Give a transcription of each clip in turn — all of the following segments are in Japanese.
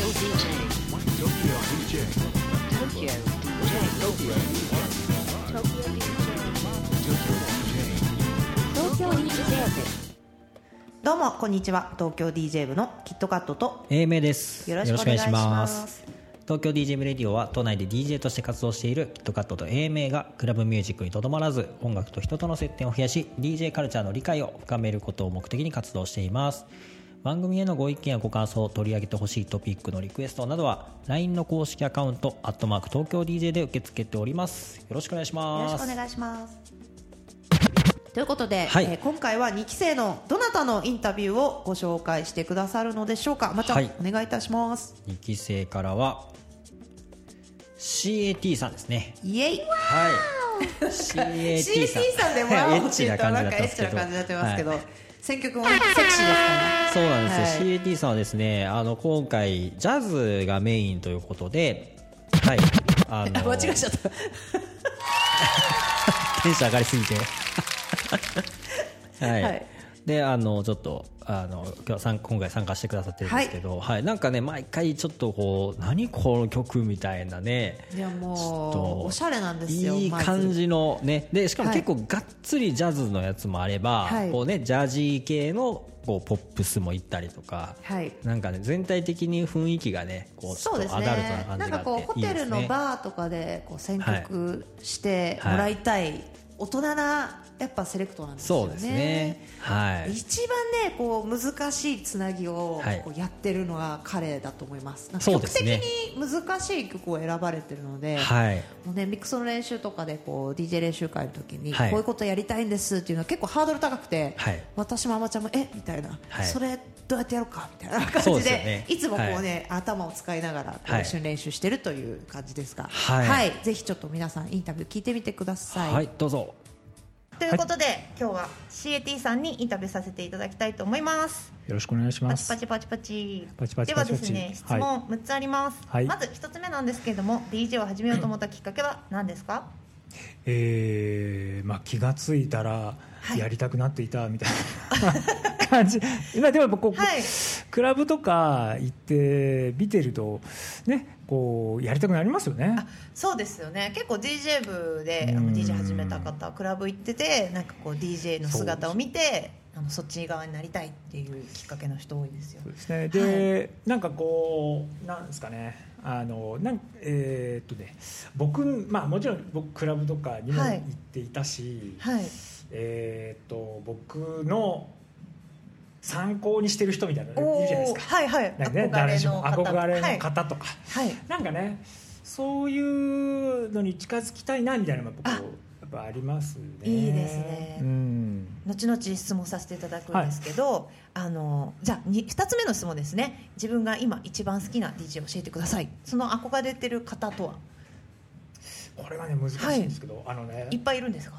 どうもこんにちは。東京 DJ 部のキットカットと英明です。 よろしくお願いします。 東京 DJ 部レディオは都内で DJ として活動しているキットカットと英明がクラブミュージックにとどまらず音楽と人との接点を増やし DJ カルチャーの理解を深めることを目的に活動しています。番組へのご意見やご感想、取り上げてほしいトピックのリクエストなどは LINE の公式アカウント@東京 DJ で受け付けております。よろしくお願いします。 よろしくお願いします。ということで、 はい、 今回は2期生のどなたのインタビューをご紹介してくださるのでしょうか。まっちゃん、はい、お願いいたします。 2期生からは CAT さんですね。 イエイ、 はい、CAT さんでもエッチな感じだったんですけど、 エッチな感じになってますけど、はい、選曲もセクシーですからね。 そうなんですよ、 はい、 CAT さんはですね、今回ジャズがメインということで、はい、 間違えちゃったテンション上がりすぎてはい、はい、でちょっと今回参加してくださってるんですけど、はいはい、なんかね毎回ちょっとこう何この曲みたいなね、 いやもうおしゃれなんですよ。 いい感じのね、でしかも結構がっつりジャズのやつもあれば、はい、こうねジャジー系のこうポップスも行ったりとか、はい、なんかね全体的に雰囲気がねこうちょっとアダルトな感じがあっていいですね。 なんかこうホテルのバーとかでこう選曲してもらいたい、はい、大人なやっぱセレクトなんですよね。 そうですね、はい、 一番ねこう難しいつなぎをこうやってるのが彼だと思います。なんか曲的に難しい曲を選ばれてるので、はい、もうねミックスの練習とかでこう DJ 練習会の時に、はい、こういうことやりたいんですっていうのは結構ハードル高くて、はい、私もあまちゃんもみたいな、はい、それどうやってやろうかみたいな感じ ね、いつもこうね、はい、頭を使いながらこう一緒に練習してるという感じですが、はいはい、ぜひちょっと皆さんインタビュー聞いてみてください。 はい、どうぞ。 ということで、はい、今日は CAT さんにインタビューさせていただきたいと思います。 よろしくお願いします。 パチパチパチパチパチではですね、質問6つあります、はい、まず1つ目なんですけれども、DJ を始めようと思ったきっかけは何ですか？ 気がついたらやりたくなっていたみたいな感じ。今でもこう、はい、クラブとか行って見てるとね、こうやりたくなりますよね。 そうですよね。結構 DJ 部でDJ 始めた方、クラブ行っててなんかこう DJ の姿を見てそっち側になりたいっていうきっかけの人多いですよ。 そうですね。で、はい、なんかこうなんですかね、僕、もちろん僕クラブとかにも行っていたし、はい、僕の参考にしてる人みたいなのいるじゃないですか。はいはい。なんかね、誰しも憧れの方とか、はい、なんかね、そういうのに近づきたいなみたいなのがやっぱありますね。 いいですね。後々質問させていただくんですけど、はい、じゃあ2つ目の質問ですね。自分が今一番好きな DJ を教えてください。その憧れてる方とは？ これがね難しいんですけど、はい、 いっぱいいるんですか？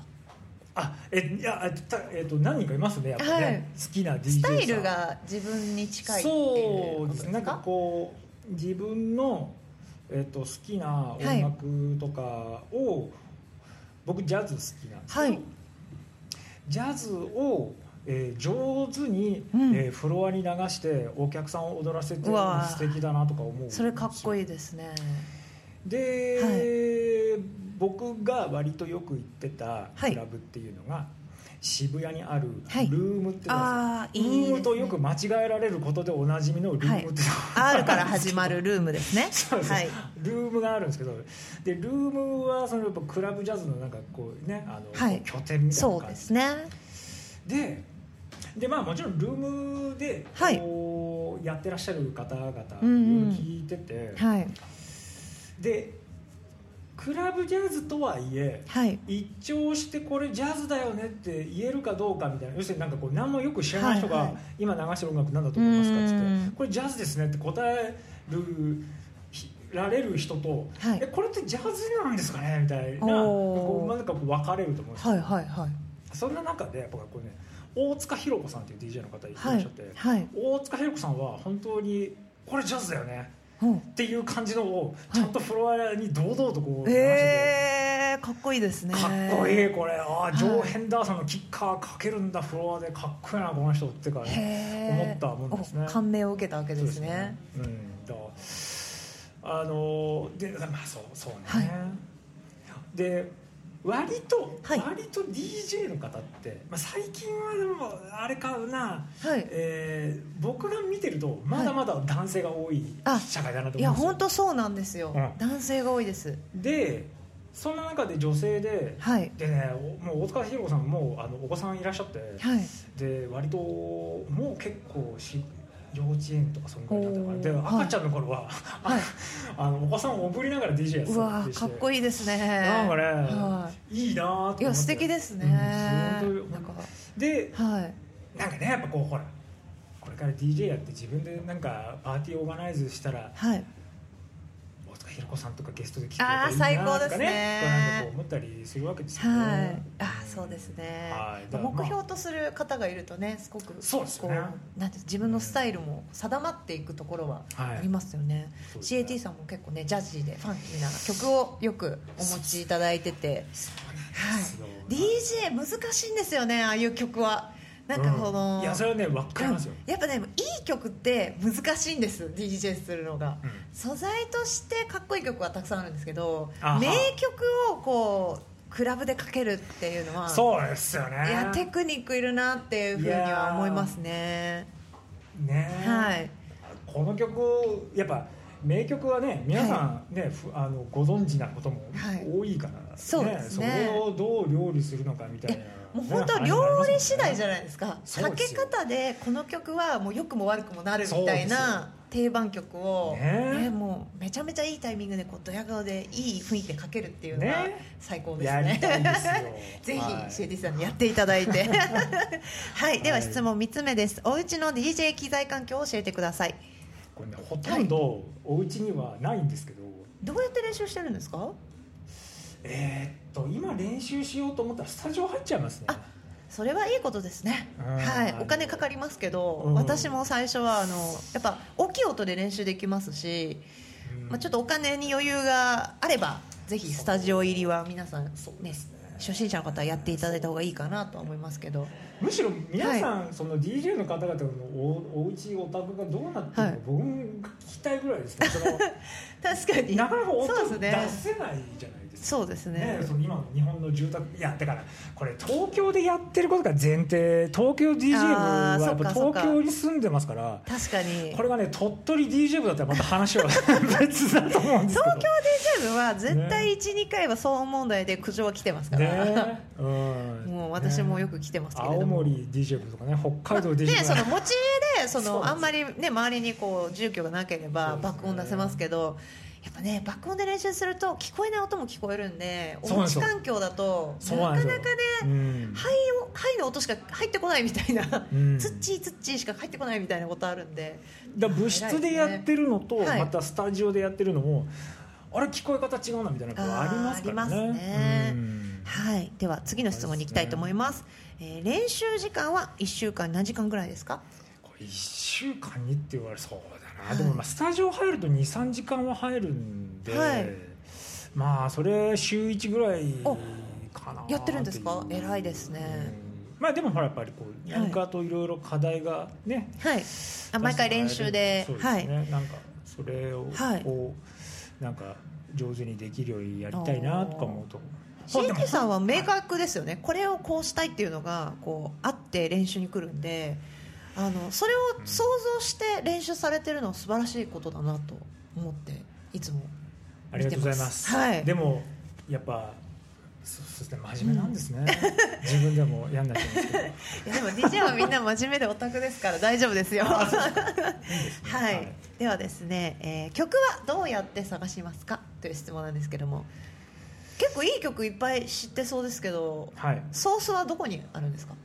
何人かいますね、やっぱね、はい、好きな DJ さん。 スタイルが自分に近いっていうことですか？ そうですね。なんかこう自分の、好きな音楽とかを、はい、僕ジャズ好きなんですけど、はい、ジャズを、上手に、フロアに流してお客さんを踊らせて素敵だなとか思うんですよ。 それかっこいいですね。 で、はい、僕が割とよく行ってたクラブっていうのが、はい、渋谷にあるルームってやつ、ルームとよく間違えられることでおなじみのルームって、 はい、R から始まるルームですね。 そうです、はい、ルームがあるんですけど、でルームはそのやっぱクラブジャズのなんかこうね、はい、拠点みたいな感じ。 そうですね。 でもちろんルームでこうやってらっしゃる方々を聞いてて、はい、でクラブジャズとはいえ、はい、一聴してこれジャズだよねって言えるかどうかみたいな、要するになんかこう何もよく知らない人が、はいはい、今流してる音楽何だと思いますかって言って、これジャズですねって答えられる人と、はい、これってジャズなんですかねみたいな、なんかこう分かれると思うんですよ、はいはいはい、そんな中でやっぱこうね、大塚ひろ子さんっていう DJ の方いらっしゃって、はいはい、大塚ひろ子さんは本当にこれジャズだよねっていう感じのをちゃんとフロアに堂々とこう、 かかっこいいですね。 かっこいいこれ。ジョー・ヘンダーソンのキッカーかけるんだフロアで、かっこいいなこの人ってか、ね、思ったもんですね。 感銘を受けたわけですね。 でまあそうね、はい、で割と DJ の方って、最近はでもあれかな、はい、僕が見てるとまだまだ男性が多い社会だなと思うんですよ。 いや本当そうなんですよ、男性が多いです。 でそんな中で女性で、はい、でね、もう大塚ひろ子さんもお子さんいらっしゃって、はい、で割ともう結構幼稚園とかそのぐらいだったからで、赤ちゃんの頃は、はい、お子さんをおぶりながら DJ やってたりして、 かっこいいですね。 なんかね、はい、いいなと思って。 いや素敵ですね、 で、はい、なんかねやっぱこうほらこれから DJ やって自分でなんかパーティーオーガナイズしたら、はい、大塚ひろ子さんとかゲストで来てくれたらいいなとかね、なんかこう思ったりするわけですよね。 はい、そうですね、はい、目標とする方がいるとね、すごくそうですね、 なんて自分のスタイルも定まっていくところはありますよね。はい、CAT さんも結構ねジャジーでファンキーな曲をよくお持ちいただいてて、はい、DJ 難しいんですよね、ああいう曲は。なんかこの、 いやそれはね分かりますよ。 やっぱねいい曲って難しいんです DJ するのが、素材としてかっこいい曲はたくさんあるんですけど、名曲をこうクラブでかけるっていうのはそうですよね。 いやテクニックいるなっていうふうには思いますね。 はい、この曲やっぱ名曲はね皆さんね、はい、ご存知なことも多いから、ね、はい、そうですね、それをどう料理するのかみたいな、 もう本当料理次第じゃないですか。かけ方でこの曲はもう良くも悪くもなるみたいな定番曲を、もうめちゃめちゃいいタイミングでこうドヤ顔でいい雰囲気でかけるっていうのが最高ですね。 やりたいですよぜひシェディさんにやっていただいてはい、では質問3つ目です。お家の DJ 機材環境を教えてください。 これね、ほとんどお家にはないんですけど、 どうやって練習してるんですか？ 今練習しようと思ったらスタジオ入っちゃいますね。 それはいいことですね。はい、お金かかりますけど、私も最初はやっぱ大きい音で練習できますし、ちょっとお金に余裕があればぜひスタジオ入りは皆さん、ね、初心者の方はやっていただいた方がいいかなとは思いますけど、 むしろ皆さん、はい、その DJ の方々のお家お宅がどうなってるのか、僕が聞きたいぐらいですね。 確かになかなか音出せないじゃないですか。 そうですね。 その今の日本の住宅、いやだからこれ東京でやってることが前提、東京 DJ 部はやっぱ東京に住んでますから、 確かにこれがね鳥取 DJ 部だったらまた話は別だと思うんですけど、 東京 DJ 部は絶対 1,2 回は騒音問題で苦情は来てますから、もう私もよく来てますけれども、 青森 DJ 部とかね、北海道 DJ 部、 その持ち家であんまりね周りにこう住居がなければ爆音出せますけど、やっぱね爆音で練習すると聞こえない音も聞こえるんで、おうち環境だとなかなかね、肺の音しか入ってこないみたいな、ツッチーツッチーしか入ってこないみたいなことあるんで、 部室でやってるのと、またスタジオでやってるのもあれ聞こえ方違うなみたいなことありますからね。 ありますね。はい、では次の質問に行きたいと思います。練習時間は1週間何時間ぐらいですか？ これ1週間にって言われそうだな、でもスタジオ入ると 2,3 時間は入るんで、まあそれ週1ぐらいかな。 やってるんですか？偉いですね。 まあでもほらやっぱりこう何かといろいろ課題がね、 毎回練習で、 そうですね、なんかそれをこうなんか上手にできるようにやりたいなとか思うと、 CATさんは明確ですよね。これをこうしたいっていうのがこうあって練習に来るんで、それを想像して練習されてるのは素晴らしいことだなと思っていつも見てます。 ありがとうございます、はい、でもやっぱそうですね、真面目なんですね、自分でも嫌になっちゃうんですけどいやでも DJ はみんな真面目でオタクですから大丈夫ですよはい、ではですね、曲はどうやって探しますかという質問なんですけども、結構いい曲いっぱい知ってそうですけど、ソースはどこにあるんですか？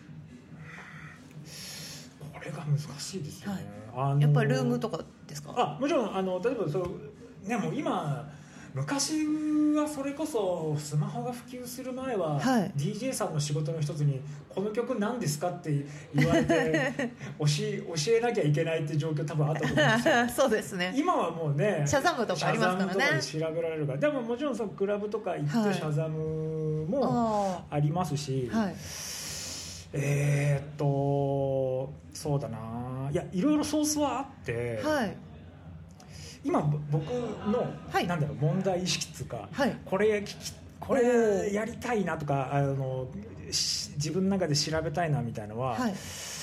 これが難しいですよね、 やっぱりルームとかですか？ もちろん例えばそう、ね、もう今昔はそれこそスマホが普及する前は、はい、DJ さんの仕事の一つにこの曲何ですかって言われて教えなきゃいけないって状況多分あったと思うんですよそうですね。 今はもうねシャザムとかありますからね。 シャザムとかで調べられるから。でももちろんそのクラブとか行ってシャザムもありますし、はい、そうだないやいろいろソースはあって、はい、今僕の、はい、なんだろう問題意識っていうか、はい、これやりたいなとか自分の中で調べたいなみたいなのは、はい、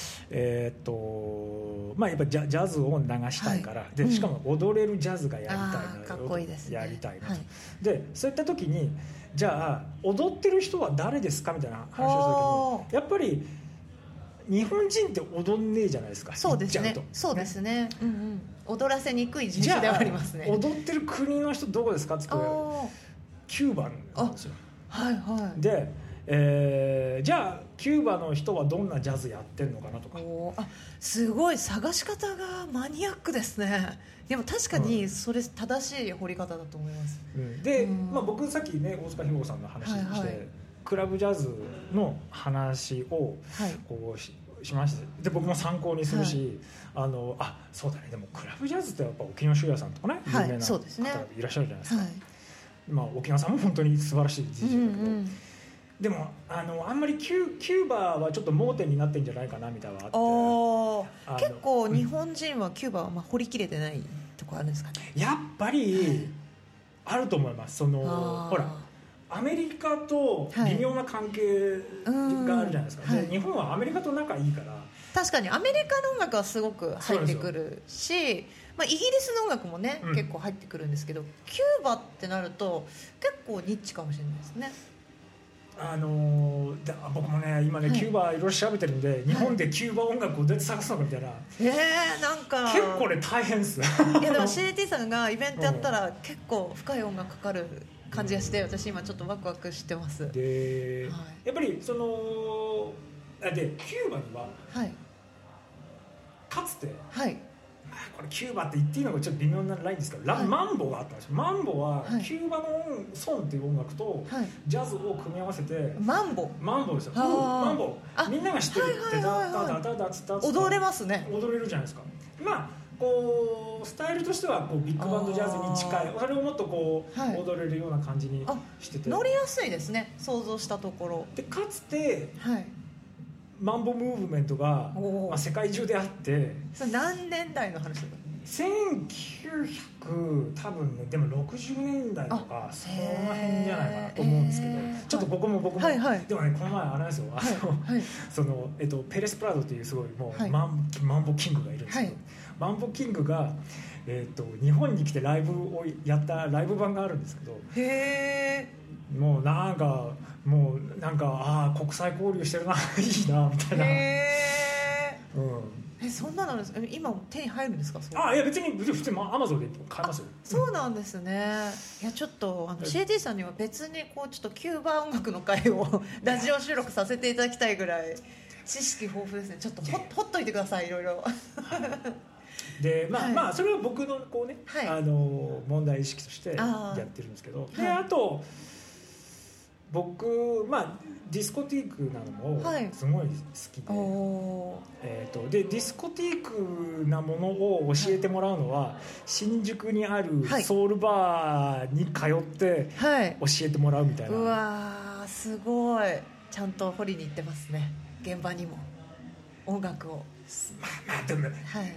まあやっぱジャズを流したいから、はい、でしかも踊れるジャズがやりたいな、 かっこいいですね、 やりたいなと、はい、でそういった時にじゃあ踊ってる人は誰ですかみたいな話をした時にやっぱり日本人って踊んねえじゃないですか。 そうですね。そうですね。うんうん、踊らせにくい人種ではありますね。 踊ってる国の人どこですかって言ってキューバなんですよ。 はいはい。 で、じゃあキューバの人はどんなジャズやってるのかなとか。 すごい探し方がマニアックですね。でも確かにそれ正しい掘り方だと思います。 うん、で、まあ僕さっきね大塚ひごさんの話して。はいはい、クラブジャズの話をこう しまして、で僕も参考にするし、はい、そうだね、でもクラブジャズってやっぱ沖野修也さんとかね、有名な方がいらっしゃるじゃないですか、はい、まあ、沖野さんも本当に素晴らしい DJ だけど、うんうん、でもあんまりキューバはちょっと盲点になってんじゃないかなみたいなのがあって、 結構日本人はキューバは掘りきれてないとこあるんですかね。 やっぱりあると思います。ほらアメリカと微妙な関係があるじゃないですか、はい、で日本はアメリカと仲いいから、 確かにアメリカの音楽はすごく入ってくるし、まあ、イギリスの音楽もね、うん、結構入ってくるんですけど、キューバってなると結構ニッチかもしれないですね。 僕もね今ね、はい、キューバいろいろ調べてるんで、日本でキューバ音楽をどうやって探すのかみたいな、 なんか結構ね大変ですいやでも CAT さんがイベントやったら結構深い音楽かかる感じがして、私今ちょっとワクワクしてます。 で、はい、やっぱりでキューバには、はい、かつて、はい、これキューバって言っていいのかちょっと微妙なラインですけど、はい、マンボがあったんですよ。マンボはキューバのソンっていう音楽とジャズを組み合わせて、 マンボですよ。 マンボみんなが知ってるってダダダツダツ踊れますね。 踊れるじゃないですか。まあこうスタイルとしてはこうビッグバンドジャズに近い、それをもっとこう、はい、踊れるような感じにしてて乗りやすいですね、想像したところで。かつて、はい、マンボムーブメントが、まあ、世界中であって、 それ何年代の話ですか ？1900多分ね、でも60年代とかその辺じゃないかなと思うんですけど、ちょっと僕も、はいはい、でもねこの前あれですよ、はい、そのペレス・プラドっていうすごいもう、はい、マンボキングがいるんですけど、はい、マンボキングが、日本に来てライブをやったライブ版があるんですけど、もうなんか国際交流してるな、いいなみたいな。 そんなのですか？今手に入るんですか？ いや別に普通にアマゾンで買いますよ。 そうなんですね。いやちょっとCAT さんには別にこうちょっとキューバ音楽の会をラジオ収録させていただきたいぐらい知識豊富ですね。ちょっとほっといてください、いろいろ。 でまあそれは僕のこうね、はい、問題意識としてやってるんですけど、であと僕ディスコティークなのもすごい好きで、でディスコティークなものを教えてもらうのは、新宿にあるソウルバーに通って教えてもらうみたいな、 うわーすごい、ちゃんと掘りに行ってますね、現場にも音楽を。 でも、はい、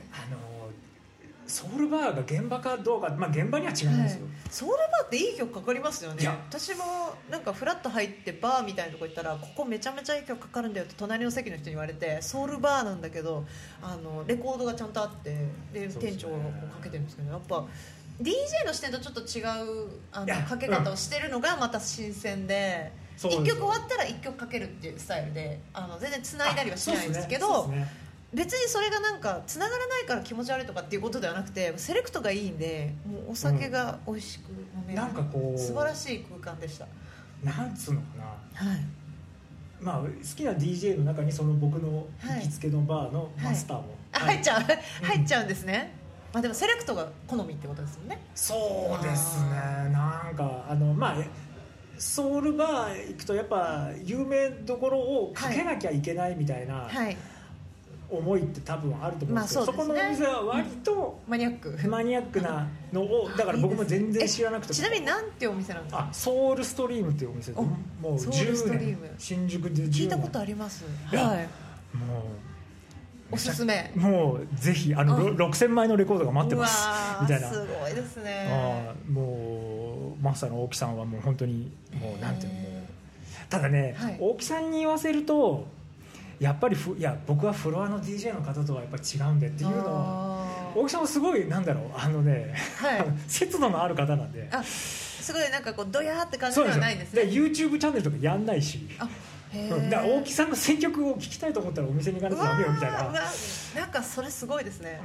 ソウルバーが現場かどうか、現場には違うんですよ、 ソウルバーっていい曲かかりますよね。私もなんかフラッと入ってバーみたいなとこ行ったら、ここめちゃめちゃいい曲かかるんだよって隣の席の人に言われて、ソウルバーなんだけどレコードがちゃんとあって、で店長がかけてるんですけど、やっぱ DJ の視点とちょっと違うかけ方をしてるのがまた新鮮で、1曲終わったら1曲かけるっていうスタイルで全然繋いだりはしないんですけど、別にそれがなんか繋がらないから気持ち悪いとかっていうことではなくて、セレクトがいいんで、もうお酒が美味しく飲める、なんかこう素晴らしい空間でした。 なんつうのかな、好きな DJ の中にその僕の行きつけのバーのマスターも、 入っちゃうんですね。 でもセレクトが好みってことですよね。 そうですね。なんかソウルバー行くとやっぱ有名どころをかけなきゃいけないみたいな思いって多分あると思うんですけど、そこのお店は割とマニアックなのをだから僕も全然知らなくてちなみになんてお店なんですか？ ソウルストリームっていうお店でもう10年新宿で10年聞いたことあります。はい。もうおすすめ。 もうぜひ6000枚のレコードが待ってますみたいな。 すごいですね。 もうマスターの大木さんはもう本当にもうなんていうの、ただね、大木さんに言わせるとやっぱり僕はフロアの DJ の方とはやっぱり違うんでっていうのは、大木さんはすごいなんだろう節度のある方なんで、 すごいなんかこうドヤーって感じではないですね。 で YouTube チャンネルとかやんないし、だから大木さんの選曲を聴きたいと思ったらお店に行かないとダメよみたいな。 なんかそれすごいですね。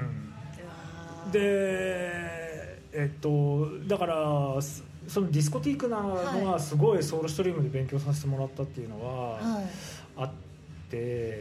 でだからそのディスコティークなのはすごいソウルストリームで勉強させてもらったっていうのはあって、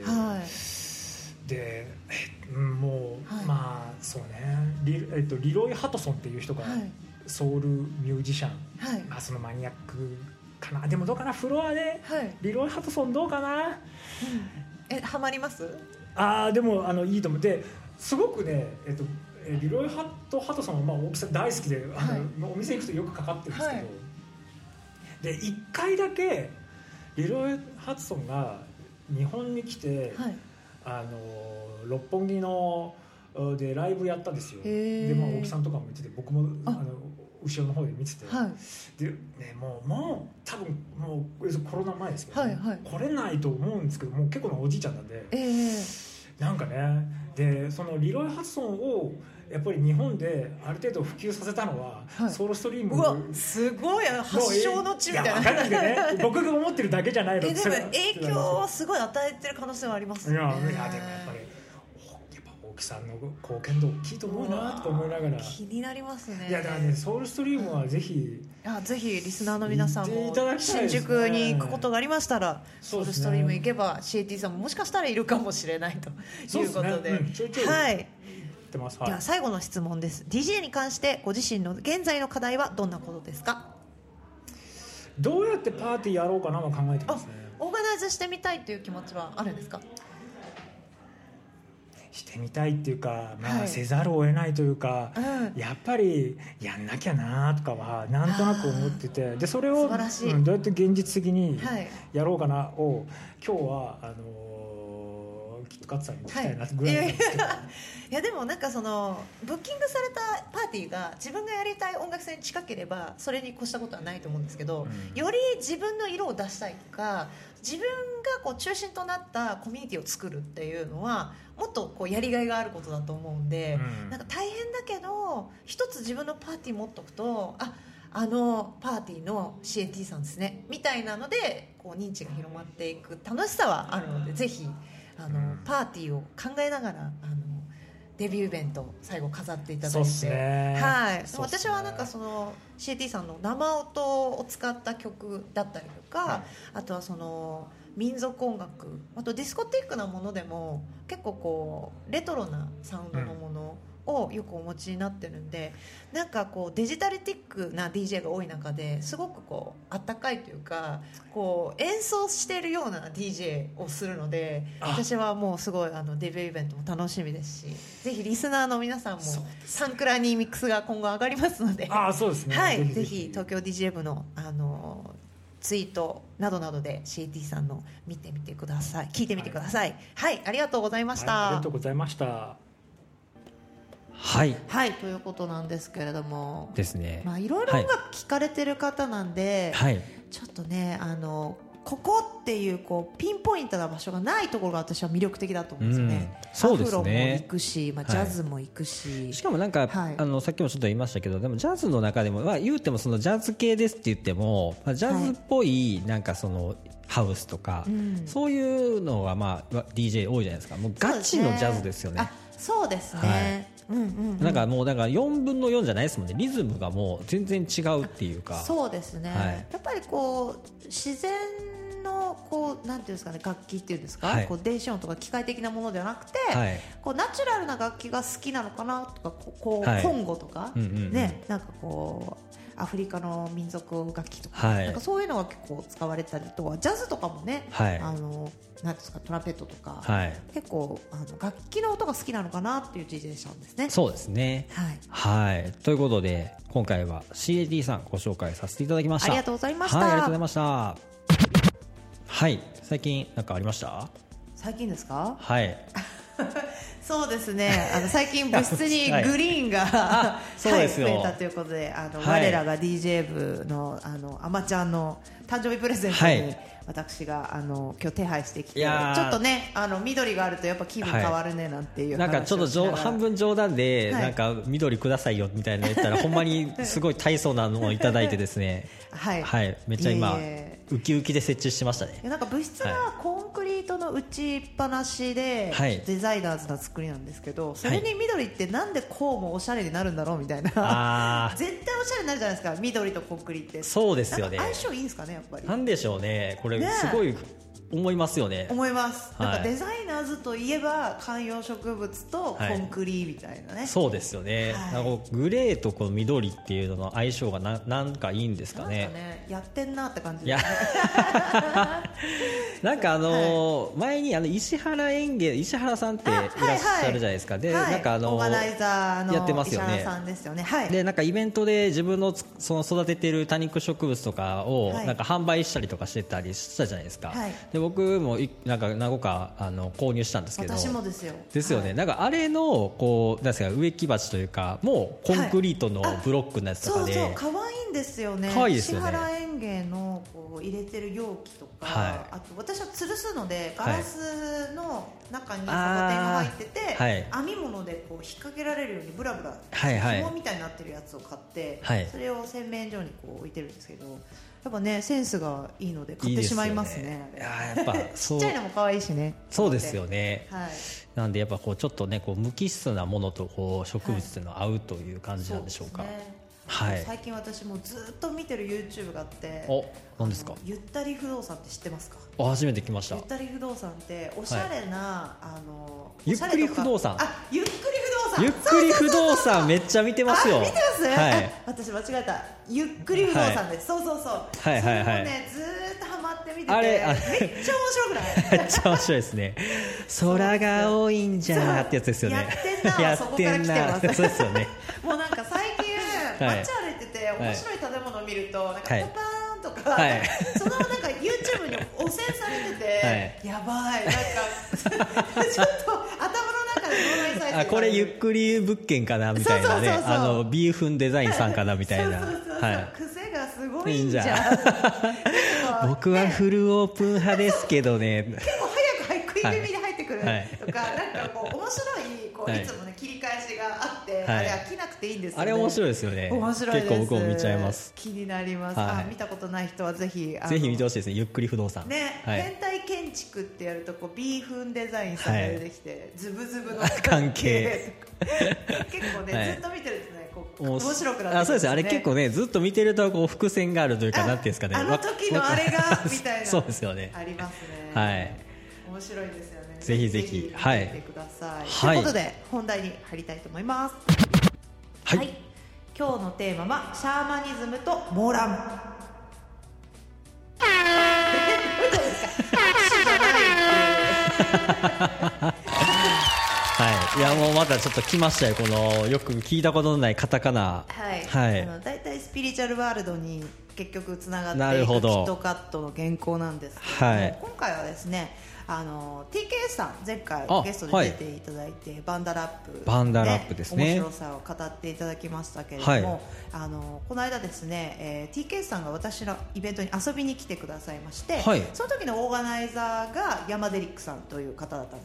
でもうまあそうね、リロイ・ハトソンっていう人がソウルミュージシャン、そのマニアックかな。でもどうかな、フロアでリロイ・ハトソンどうかな。 ハマります？ でもいいと思う。ですごくねリロイ・ハトソンは大木さん大好きでお店行くとよくかかってるんですけど、で1回だけリロイ・ハトソンが日本に来て、六本木のでライブやったんですよ。で大木さんとかも見てて、僕も後ろの方で見てて、でね、もう多分もうコロナ前ですけど、来れないと思うんですけど、もう結構なおじいちゃんなんで、なんかね、でそのリロイ・ハトソンをやっぱり日本である程度普及させたのは、ソウルストリーム。 うわすごい発祥の地みたいな。 分かんないけどね、僕が思ってるだけじゃないの。 でも影響をすごい与えてる可能性はありますね。 でもやっぱり大木さんの貢献度大きいと思うなとか思いながら。 気になりますね。 だからね、ソウルストリームはぜひ、 ぜひリスナーの皆さんも新宿に行くことがありましたら、ソウルストリーム行けば CAT さんももしかしたらいるかもしれないということで、はい。では最後の質問です。 DJ に関してご自身の現在の課題はどんなことですか？ どうやってパーティーやろうかなと考えてますね。 オーガナイズしてみたいという気持ちはあるんですか？ してみたいっていうか、せざるを得ないというか、やっぱりやんなきゃなとかはなんとなく思ってて、でそれをどうやって現実的にやろうかなを今日はキットカットさんに聞きたいなぐらいなんですけど、 いやでもなんかそのブッキングされたパーティーが自分がやりたい音楽性に近ければそれに越したことはないと思うんですけど、より自分の色を出したいとか、自分がこう中心となったコミュニティを作るっていうのはもっとこうやりがいがあることだと思うんで、なんか大変だけど一つ自分のパーティー持っとくと、あのパーティーの CAT さんですねみたいなのでこう認知が広まっていく楽しさはあるので、ぜひパーティーを考えながらデビューイベントを最後飾っていただいて、 そうですね、 はい、私はなんかその CAT さんの生音を使った曲だったりとか、あとはその民族音楽、あとディスコティックなものでも結構こうレトロなサウンドのものをよくお持ちになってるんで、なんかこうデジタルティックな DJ が多い中ですごくこうあったかいというか、こう演奏しているような DJ をするので、私はもうすごいデビューイベントも楽しみですし、ぜひリスナーの皆さんもサンクラにミックスが今後上がりますので、 そうですね、 はい、ぜひ東京 DJ 部のツイートなどなどで CAT さんの見てみてください、聞いてみてください。はい、ありがとうございました。 ありがとうございました。 はい、 はい、ということなんですけれどもですね、 いろいろ音楽聴かれてる方なんで、ちょっとねここっていうこうピンポイントな場所がないところが私は魅力的だと思うんですよね。 そうですね、 アフロも行くし、ジャズも行くし、 しかもなんか、さっきもちょっと言いましたけど、でもジャズの中でも、言うてもそのジャズ系ですって言っても、ジャズっぽいなんかそのハウスとか、そういうのがDJ 多いじゃないですか。もうガチのジャズですよね。 そうですね、 なんかもうだから4分の4じゃないですもんね。リズムがもう全然違うっていうか。 そうですね、やっぱりこう自然のこうなんていうんですかね、楽器っていうんですか、こう電子音とか機械的なものではなくて、こうナチュラルな楽器が好きなのかなとか、こうコンゴとか、ね、なんかこうアフリカの民族楽器とか、なんかそういうのが結構使われたりと、ジャズとかもね、なんですか、トランペットとか、結構楽器の音が好きなのかなっていう DJ さんですね。 そうですね。はい。ということで今回は CAD さんご紹介させていただきました。 ありがとうございました。 ありがとうございました。はい。最近なんかありました？ 最近ですか？ はい。 そうですね、最近部室にグリーンが、増えたということで、我らが DJ 部のあまちゃんの誕生日プレゼントに私が今日手配してきて、ちょっとね緑があるとやっぱ気分変わるねなんていう話をしながら、 なんかちょっと半分冗談で、なんか緑くださいよみたいなの言ったらほんまにすごい大層なのをいただいてですねめっちゃ今ウキウキで設置してましたね。 なんか部室がコンクリートの打ちっぱなしで、デザイナーズな作りなんですけど、それに緑ってなんでこうもおしゃれになるんだろうみたいな絶対おしゃれになるじゃないですか、緑とコンクリって。 そうですよね。 相性いいんですかね、やっぱり。 なんでしょうね、これすごい思いますよね。 思います。なんかデザイナーズといえば観葉植物とコンクリみたいなね。 そうですよね。なんかグレーとこの緑っていうのの相性がなんかいいんですかね。 なんかね、やってんなって感じですね。 なんか前に石原園芸、石原さんっていらっしゃるじゃないですか。でなんかオーガナイザーのやってますよね。 石原さんですよね。 でなんかイベントで自分のその育ててる多肉植物とかをなんか販売したりとかしてたりしたじゃないですか。で僕もなんか何個か購入したんですけど。 私もですよ。 ですよね。なんかあれのこうなんですか、植木鉢というかもうコンクリートのブロックのやつとかで、 そう可愛いんですよね。 可愛いですよね。 石原園芸のこう入れてる容器とか、あと私は吊るすのでガラスの中にサボテンが入ってて、編み物でこう引っ掛けられるようにブラブラ紐みたいになってるやつを買って、それを洗面所にこう置いてるんですけど、やっぱねセンスがいいので買ってしまいますね。 やっぱちっちゃいのも可愛いしね。 そうですよね。なんでやっぱこうちょっとねこう無機質なものとこう植物っていうのは合うという感じなんでしょうか。 最近私もずっと見てる YouTube があって、 何ですか？ ゆったり不動産って知ってますか？ 初めて来ました。 ゆったり不動産っておしゃれな、 ゆっくり不動産。 ゆっくり不動産。 ゆっくり不動産めっちゃ見てますよ。 見てます？私間違えた。ゆっくり不動産です。そう。それもねずーっとハマって見てて、めっちゃ面白くない？ めっちゃ面白いですね。空が多いんじゃってやつですよね。 やってんな。そこから来てます。 そうですよね。 もうなんか最近街歩いてて面白い建物を見るとなんかパパーンとか、そのなんか YouTube に汚染されてて、やばい、なんかちょっと頭の中で脳内再生。 これゆっくり物件かなみたいなね。ビーフンデザインさんかなみたいな。 癖がすごいんじゃん。 僕はフルオープン派ですけどね。 結構早く食い気味で入ってくるとか、なんかこう面白いこういつもね切り返しがあって、あれ飽きなくていいんですよね。 あれ面白いですよね。 面白いです。 結構僕も見ちゃいます。 気になります。見たことない人はぜひ見てほしいですね。ゆっくり不動産ね。変態建築ってやるとこうビーフンデザインさんが出てきて、ズブズブの関係結構ねずっと見てるとね面白くなって。 そうです。あれ結構ねずっと見てるとこう伏線があるというかなんていうんですかね。 あの時のあれがみたいな。 そうですよね。 ありますね。面白いですよね。 ぜひぜひ見てください。ということで本題に入りたいと思います。今日のテーマはシャーマニズムとモーラン。 いやもうまたちょっと来ましたよ、このよく聞いたことのないカタカナ。 だいたいスピリチュアルワールドに結局つながっていくキットカットの原稿なんですけども、今回はですねTK さん前回ゲストで出ていただいて、バンダラップですね、面白さを語っていただきましたけれども、この間ですね、TK さんが私のイベントに遊びに来てくださいまして、その時のオーガナイザーがヤマデリックさんという方だったんですね。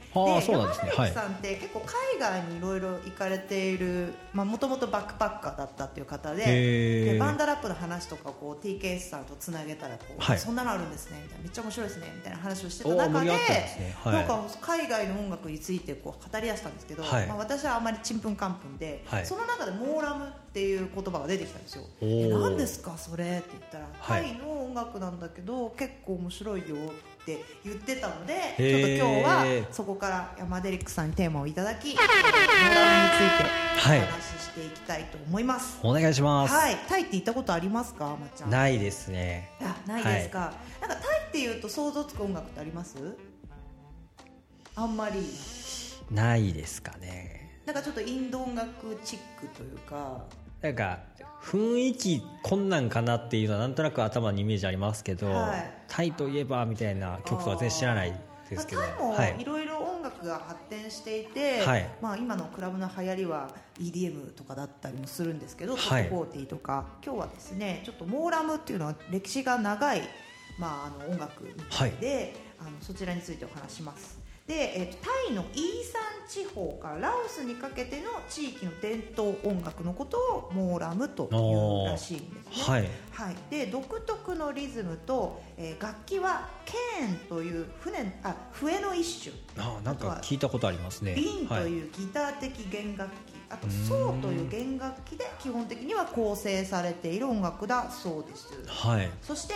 山崎さんって結構海外にいろいろ行かれている、もともとバックパッカーだったっていう方 でバンダラップの話とかこう TKS さんとつなげたらこう、そんなのあるんですねみたいな、めっちゃ面白いですねみたいな話をしてた中で、なんか海外の音楽についてこう語り出したんですけど、私はあまりちんぷんかんぷんで、その中でモーラムっていう言葉が出てきたんですよ。何ですかそれって言ったら、タイの音楽なんだけど結構面白いよって言ってたので、ちょっと今日はそこからヤマデリックさんにテーマをいただき、モーラムについてお話ししていきたいと思います。 お願いします。 タイって行ったことありますか、まっちゃん？ ないですね。 ないですか。なんかタイっていうと想像つく音楽ってあります？あんまりないですかね。 なんかちょっとインド音楽チックというか、 なんか雰囲気こんなんかなっていうのはなんとなく頭にイメージありますけど、タイといえばみたいな曲とは全然知らないですけど、 タイもいろいろ音楽が発展していて、今のクラブの流行りは EDM とかだったりもするんですけど、トップ40とか、今日はですねちょっとモーラムっていうのは歴史が長い、音楽みたいで、そちらについてお話します。でタイのイーサン地方からラオスにかけての地域の伝統音楽のことをモーラムというらしいんですね。で独特のリズムと、楽器はケーンという笛の一種、 なんか聞いたことありますね。 ビンというギター的弦楽器、あとソーという弦楽器で基本的には構成されている音楽だそうです。そして、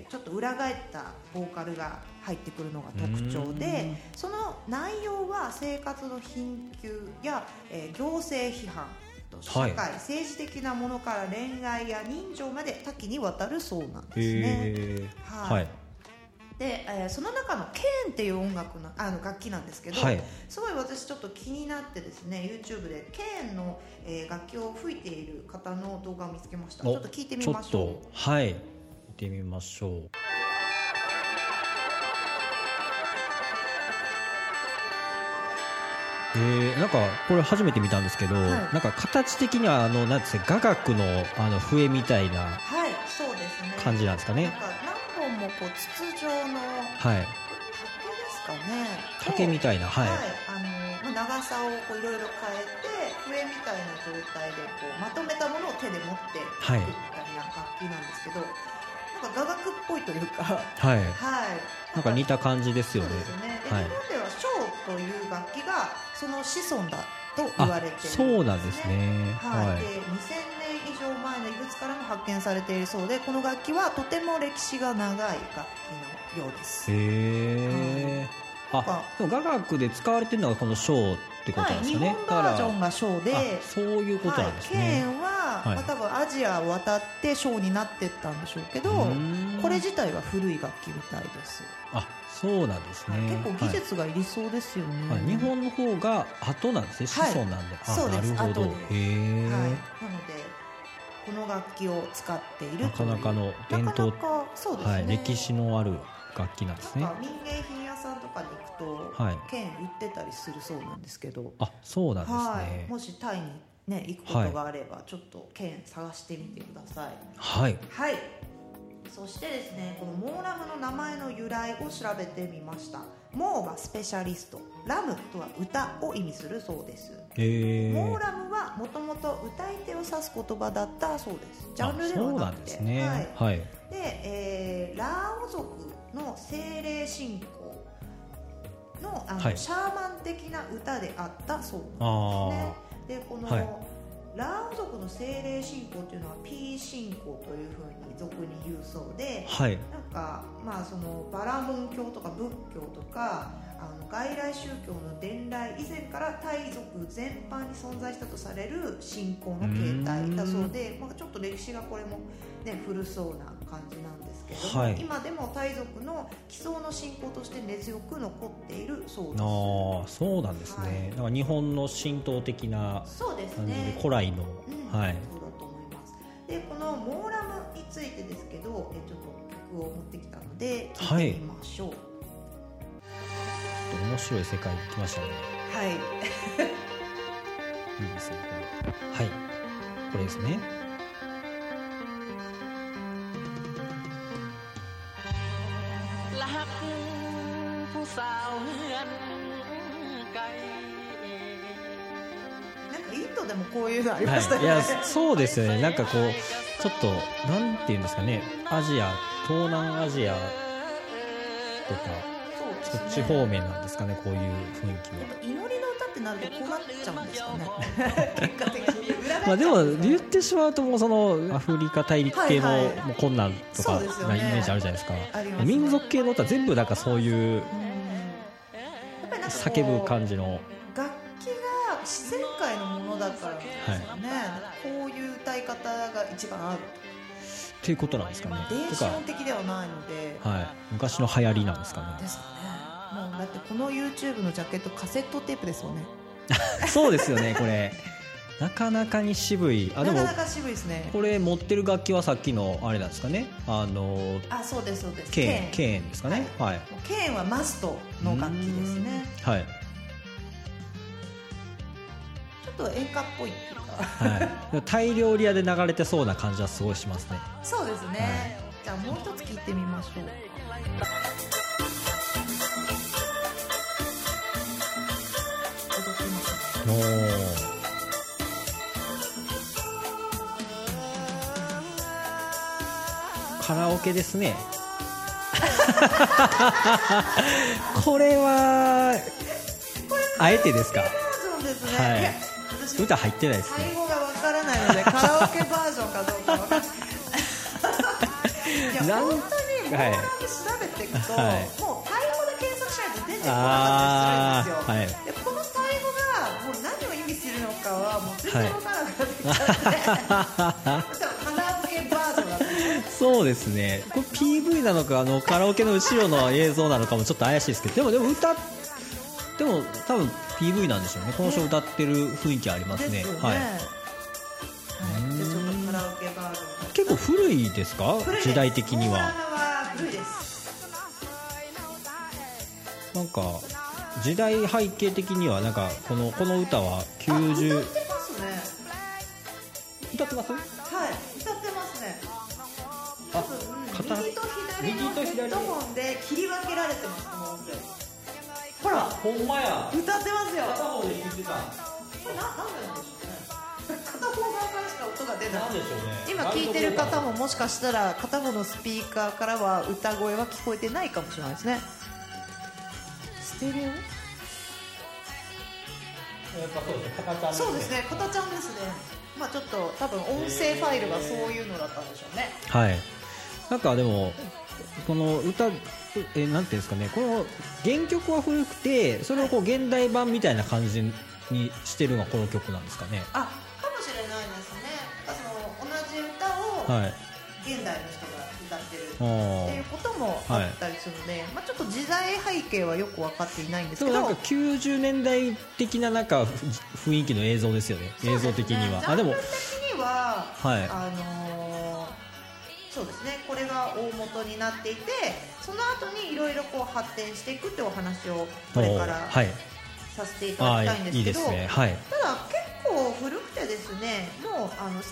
ちょっと裏返ったボーカルが入ってくるのが特徴で、その内容は生活の貧窮や、行政批判、社会、政治的なものから恋愛や人情まで多岐にわたるそうなんですね。でその中のケーンっていう音楽の楽器なんですけど、すごい私ちょっと気になってですね、 YouTube でケーンの、楽器を吹いている方の動画を見つけました。ちょっと聞いてみましょう。 見てみましょう。なんかこれ初めて見たんですけど、なんか形的にはなんですか、雅楽の笛みたいな感じなんですかね。 何本もこう筒状の竹ですかね。 竹みたいな、 長さをこういろいろ変えて笛みたいな状態でこうまとめたものを手で持って吹くみたいな楽器なんですけど、なんか雅楽っぽいというか、 なんか似た感じですよね。 日本ではショーという楽器がその子孫だと言われているんですね。そうなんですね。で2000年以上前の遺物からも発見されているそうで、この楽器はとても歴史が長い楽器のようです。 でも雅楽で使われてるのがこのショーってことなんですかね。 日本バージョンがショーで、 そういうことなんですね。 ケーンは、多分アジアを渡ってショーになっていったんでしょうけど、これ自体は古い楽器みたいです。 そうなんですね。 結構技術がいりそうですよね。 日本の方が後なんですね。子孫なんで。 そうです。 なるほど。 なのでこの楽器を使っているという、 なかなかの伝統、歴史のある楽器なんですね。 民芸品屋さんとかに行くと、ケーン売ってたりするそうなんですけど。 そうなんですね。 もしタイに行くことがあれば、ちょっとケーン探してみてください。そしてですね、このモーラムの名前の由来を調べてみました。モーがスペシャリスト、ラムとは歌を意味するそうです。モーラムはもともと歌い手を指す言葉だったそうです。ジャンルではなくて。で、ラーオ族の精霊信仰の、シャーマン的な歌であったそうなんですね。でこのラーオ族の精霊信仰というのは P 信仰というふうに俗に言うそうで、なんかそのバラモン教とか仏教とか外来宗教の伝来以前からタイ族全般に存在したとされる信仰の形態だそうで、ちょっと歴史がこれも、古そうな感じなんですけども、今でもタイ族の基礎の信仰として根強く残っているそうです。 そうなんですね。だから日本の神道的な感じで、古来の、 そうだと思います。でこのモーラムについてですけど、ちょっと曲を持ってきたので聞いてみましょう。 面白い世界に来ましたね。いいですね。これですね。 รักผู้สาวเฮือนドでもこういうのありましたよね、 いやそうですよね。なんかこうちょっとなんていうんですかね、アジア、東南アジアとかそっち方面なんですかね、こういう雰囲気は。 祈りの歌ってなるとこうなっちゃうんですかね結果的にまあでも言ってしまうともうそのアフリカ大陸系のもう困難とかなイメージあるじゃないですか。民族系の歌全部なんかそういう叫ぶ感じの楽器が自然界のものだからですよね、こういう歌い方が一番合うっていうことなんですかね。 電子音的ではないので、 昔の流行りなんですかね。 ですかね。もうだってこの YouTube のジャケットカセットテープですよねそうですよね。これなかなかに渋い。 なかなか渋いですね。 これ持ってる楽器はさっきのあれなんですかね。 そうですそうです。 ケーンですかね。はい。 ケーンはマストの楽器ですね。 はい。 ちょっと演歌っぽいっていうか。 はい。タイ料理屋で流れてそうな感じはすごいしますね。 そうですね。じゃあもう一つ聞いてみましょう。踊ってますね。 カラオケですねこれはあえてですか。歌入ってないですね。 最後がわからないのでカラオケバージョンかどうかわからないいや本当にモーラム調べていくと、もうタイ語で検索しないと出てこなかったりするんですよ、でこのタイ語がもう何を意味するのかはもう全然わからなくなってきちゃってカラオケバージョンだったそうですね。これ PV なのかカラオケの後ろの映像なのかもちょっと怪しいですけど、でもでも多分 PV なんでしょうね。この人歌ってる雰囲気ありますね。はい。 でちょっとカラオケバージョン結構古いですか？時代的には。 古いです。 なんか時代背景的にはなんかこの歌は90。 歌ってますね。 歌ってます？ はい、歌ってますね。右と左のヘッドホンで切り分けられてます、この音声。ほら、 ほんまや。 歌ってますよ。 片方で聞いてた。 これなんでなんでしょうね。片方側からしか音が出ない。 なんでしょうね。 今聞いてる方ももしかしたら片方のスピーカーからは歌声は聞こえてないかもしれないですね。ステレオ？そうですね、片ちゃんですね。まあちょっと多分音声ファイルがそういうのだったんでしょうね。 はい。なんかでもこの歌なんていうんですかね、この原曲は古くてそれをこう現代版みたいな感じにしてるのがこの曲なんですかね。 かもしれないですね。同じ歌を現代の人が歌ってるっていうこともあったりするので、まあちょっと時代背景はよく分かっていないんですけど、 でもなんか90年代的ななんか雰囲気の映像ですよね。映像的には。 でもジャンル的にはそうですね、これが大元になっていて、その後にいろいろこう発展していくってお話をこれからさせていただきたいんですけど、ただ結構古くてですね、もう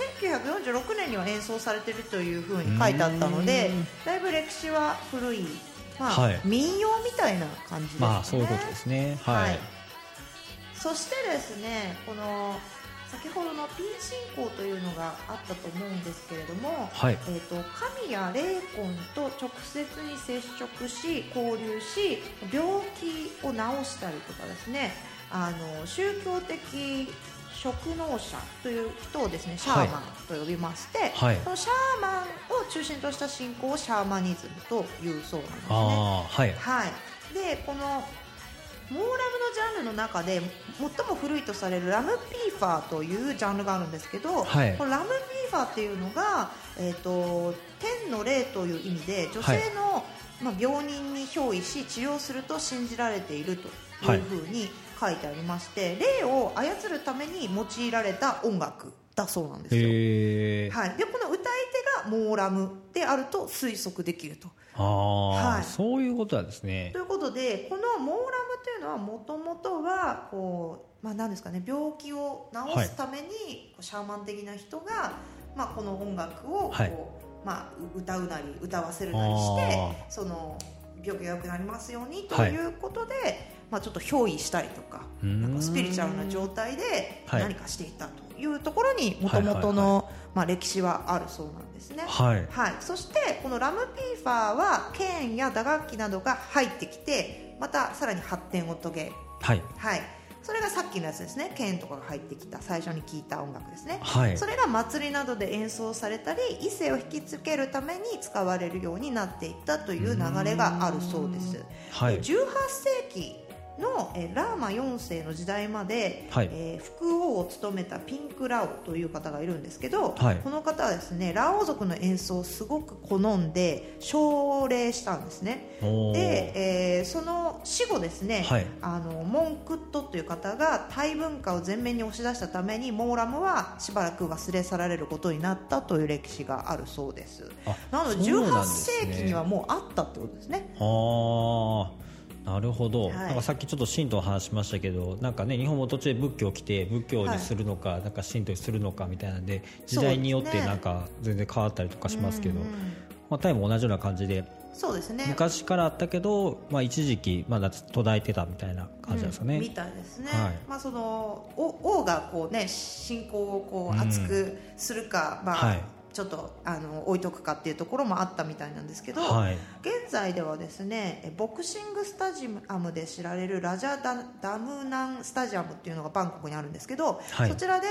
1946年には演奏されているというふうに書いてあったので、だいぶ歴史は古い、民謡みたいな感じですね。 そういうことですね。 そしてですね、この先ほどのピン信仰というのがあったと思うんですけれども、神や霊魂と直接に接触し交流し病気を治したりとかですね、宗教的職能者という人をですね、シャーマンと呼びまして、そのシャーマンを中心とした信仰をシャーマニズムというそうなんですね。でこのモーラムのジャンルの中で最も古いとされるラムピーファーというジャンルがあるんですけど、このラムピーファーっていうのが、天の霊という意味で女性の、病人に憑依し治療すると信じられているというふうに書いてありまして、霊を操るために用いられた音楽だそうなんですよ。でこの歌い手がモーラムであると推測できると。 そういうことなんですね。 ということで、このモーラムというのはもともとはこう、何ですかね、病気を治すためにシャーマン的な人が、この音楽をこう、歌うなり歌わせるなりして、その病気が良くなりますようにということで、 ちょっと憑依したりとか、なんかスピリチュアルな状態で何かしていたというところにもともとの歴史はあるそうなんですね。はいはい、そしてこのラムピーファーは剣や打楽器などが入ってきて、またさらに発展を遂げ、はいはい、それがさっきのやつですね。剣とかが入ってきた最初に聴いた音楽ですね、はい、それが祭りなどで演奏されたり異性を引きつけるために使われるようになっていったという流れがあるそうです。はい、18世紀のラーマ4世の時代まで、はい、副王を務めたピンク・ラオという方がいるんですけど、はい、この方はですねラオ族の演奏をすごく好んで奨励したんですね。で、その死後ですね、はい、モンクットという方がタイ文化を前面に押し出したためにモーラムはしばらく忘れ去られることになったという歴史があるそうです。なので18世紀にはもうあったってことですね。 なるほど、はい、なんかさっきちょっと神道の話しましたけど、なんかね日本も途中で仏教来て仏教にするのか、はい、なんか神道にするのかみたいなんで時代によってなんか全然変わったりとかしますけど、タイも同じような感じで、 そうですね、 昔からあったけど、一時期まだ途絶えてたみたいな感じなんですかね。 みたいですね。はい、その王がこうね信仰をこう熱くするか、はい、ちょっと置いとくかっていうところもあったみたいなんですけど、はい、現在ではですねボクシングスタジアムで知られるラジャダムナンスタジアムっていうのがバンコクにあるんですけど、はい、そちらで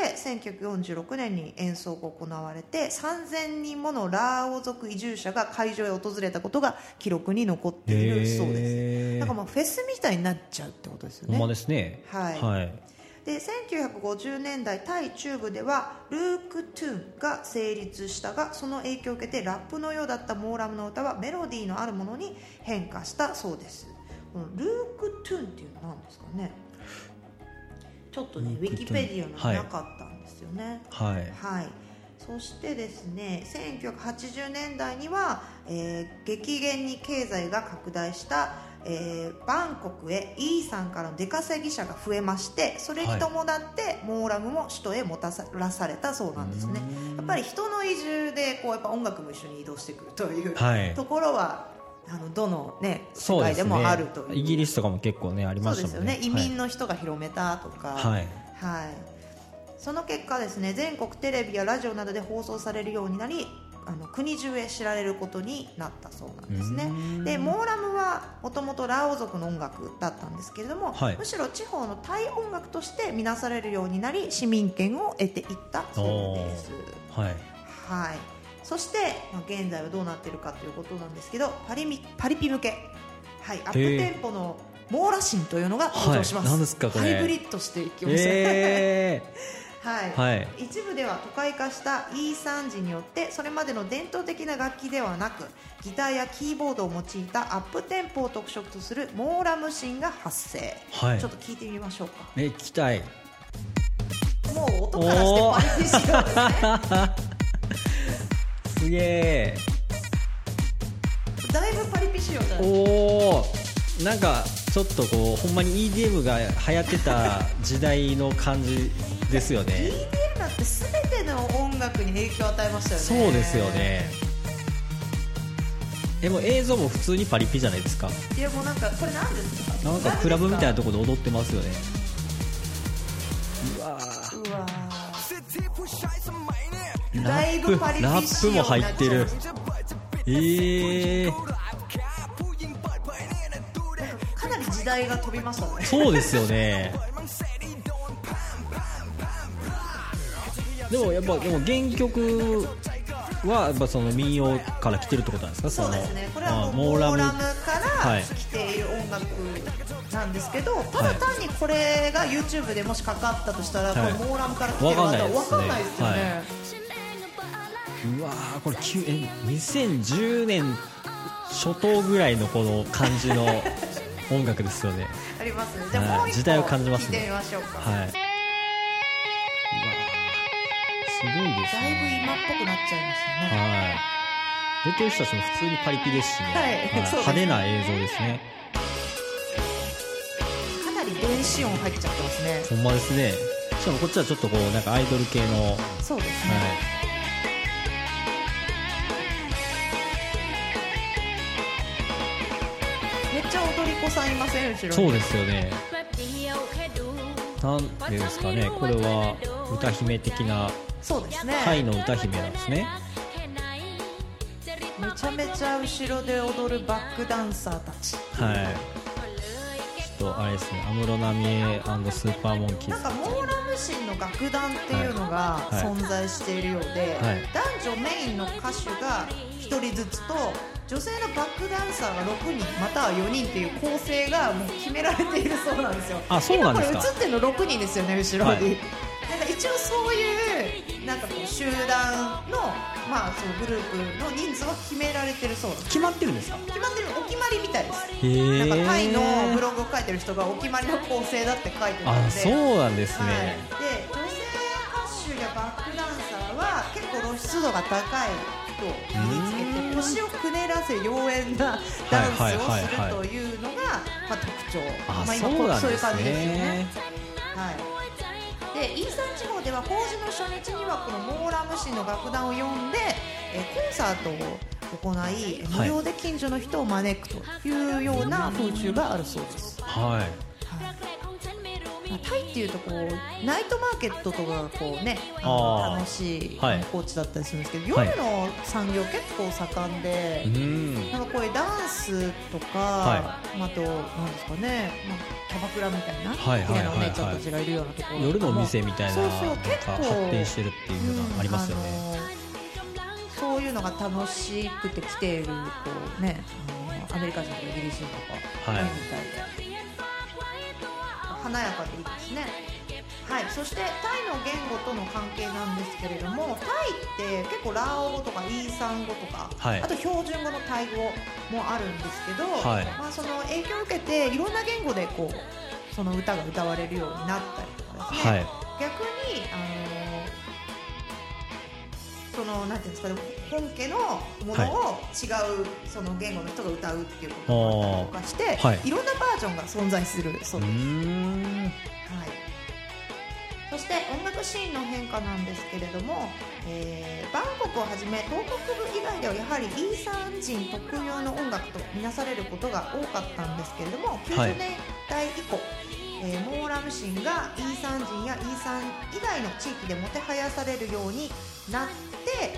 1946年に演奏が行われて3000人ものラーオ族移住者が会場へ訪れたことが記録に残っているそうです。なんかフェスみたいになっちゃうってことですよね。 ほんまですね。 はい、はい、で1950年代タイ中部ではルークトゥーンが成立したが、その影響を受けてラップのようだったモーラムの歌はメロディーのあるものに変化したそうです。このルークトゥーンっていうのは何ですかね。ちょっとねウィキペディアになかったんですよね。はい、はい、そしてですね1980年代には、激減に経済が拡大したバンコクへイーさんからの出稼ぎ者が増えまして、それに伴ってモーラムも首都へもたらされたそうなんですね。やっぱり人の移住でこうやっぱ音楽も一緒に移動してくるという、はい、ところはどの、ね、世界でもあるという。 イギリスとかも結構ねありましたもんね。 そうですよね、移民の人が広めたとか、はいはい、その結果ですね全国テレビやラジオなどで放送されるようになり国中へ知られることになったそうなんですね。でモーラムはもともとラオ族の音楽だったんですけれども、はい、むしろ地方のタイ音楽として見なされるようになり市民権を得ていったそうです。はい、はい、そして、現在はどうなっているかということなんですけどパリピ向け、はい、アップテンポのモーラシンというのが登場します。 はい、何ですかこれ。 ハイブリッドしていきました。はいはい、一部では都会化したイーサンジによってそれまでの伝統的な楽器ではなくギターやキーボードを用いたアップテンポを特色とするモーラムシンが発生、はい、ちょっと聞いてみましょうか。 聞きたい。 もう音からしてパリピ仕様ですね。 すげえ。 だいぶパリピ仕様じゃない。 おー、なんかちょっとこうほんまに EDM が流行ってた時代の感じですよね。 EDM だって全ての音楽に影響を与えましたよね。 そうですよね。もう映像も普通にパリピじゃないですか。 いやもうなんかこれ何ですか。 なんかクラブみたいなところで踊ってますよね。うわだいぶパリピ仕様になっちゃう。 ラップも入ってる。 かなり時代が飛びましたね。 そうですよね。でも原曲はやっぱその民謡から来てるってことなんですか。 そうですね。これはもうモーラムから来ている音楽なんですけど、ただ単にこれが YouTube でもしかかったとしたら、これモーラムから来てる方は分かんないですよね。 うわー、これ2010年初頭ぐらいのこの感じの音楽ですよね。 ありますね。じゃあもう一個時代を感じますね。 聞いてみましょうか。 はい。すごいですね。 だいぶ今っぽくなっちゃいましたね。 はい。出てる人たちも普通にパリピですしね。 はい。 派手な映像ですね。 かなり電子音入っちゃってますね。 ほんまですね。しかもこっちはちょっとこうなんかアイドル系の。 そうですね。はい。めっちゃ踊り子さんいません後ろに。 そうですよね。なんでですかね、これは歌姫的な。 そうですね、 タイの歌姫なんですね。 めちゃめちゃ後ろで踊るバックダンサーたち。 はい。ちょっとあれですね、安室奈美恵&スーパーモンキーズ。 なんかモーラムシンの楽団っていうのが存在しているようで、はい、男女メインの歌手が1人ずつと女性のバックダンサーが6人または4人っていう構成がもう決められているそうなんですよ。 あ、そうなんですか。 今これ映ってるの6人ですよね後ろに、はい、なんか一応そういうなんかこう集団の、まあ、そのグループの人数は決められてるそうです。 決まってるんですか。 決まってる、お決まりみたいです。なんかタイのブログを書いてる人がお決まりの構成だって書いてるので。 あ、そうなんですね、はい、 で女性歌手やバックダンサーは結構露出度が高い人を身につけて腰をくねらせ妖艶なダンスをするというのが、まあ、特徴。 あ、 まあ、今そういう感じですよね。はい。でイーサン地方では法事の初日にはこのモーラムシンの楽団を呼んでコンサートを行い無料で近所の人を招くというような風習があるそうです。 はい。 タイっていうとこうナイトマーケットとかがこう、ね、楽しい観光地だったりするんですけど、はい、夜の産業結構盛んで、なんかこういうダンスとか、はい、あとなんですかね、キャバクラみたいな綺麗なお姉ちゃんたちがいるようなところ、 夜のお店みたいなのが結構発展してるっていうのがありますよね。 そういうのが楽しくて来ているこう、ね、アメリカ人とかイギリス人とか多いみたいで、華やかでいいですね。はい。そしてタイの言語との関係なんですけれども、タイって結構ラオ語とかイーサン語とか、はい、あと標準語のタイ語もあるんですけど、はい、まあ、その影響を受けていろんな言語でこうその歌が歌われるようになったりとかですね、はい、逆にそのなんていうんですかね、本家のものを違うその言語の人が歌うっていうことをとかして、はい、いろんなバージョンが存在するそうです。はい。そして音楽シーンの変化なんですけれども、バンコクをはじめ東北部以外ではやはりイーサン人特有の音楽とみなされることが多かったんですけれども、90年代以降、モーラムシンがイーサン人やイーサン以外の地域でもてはやされるようになって、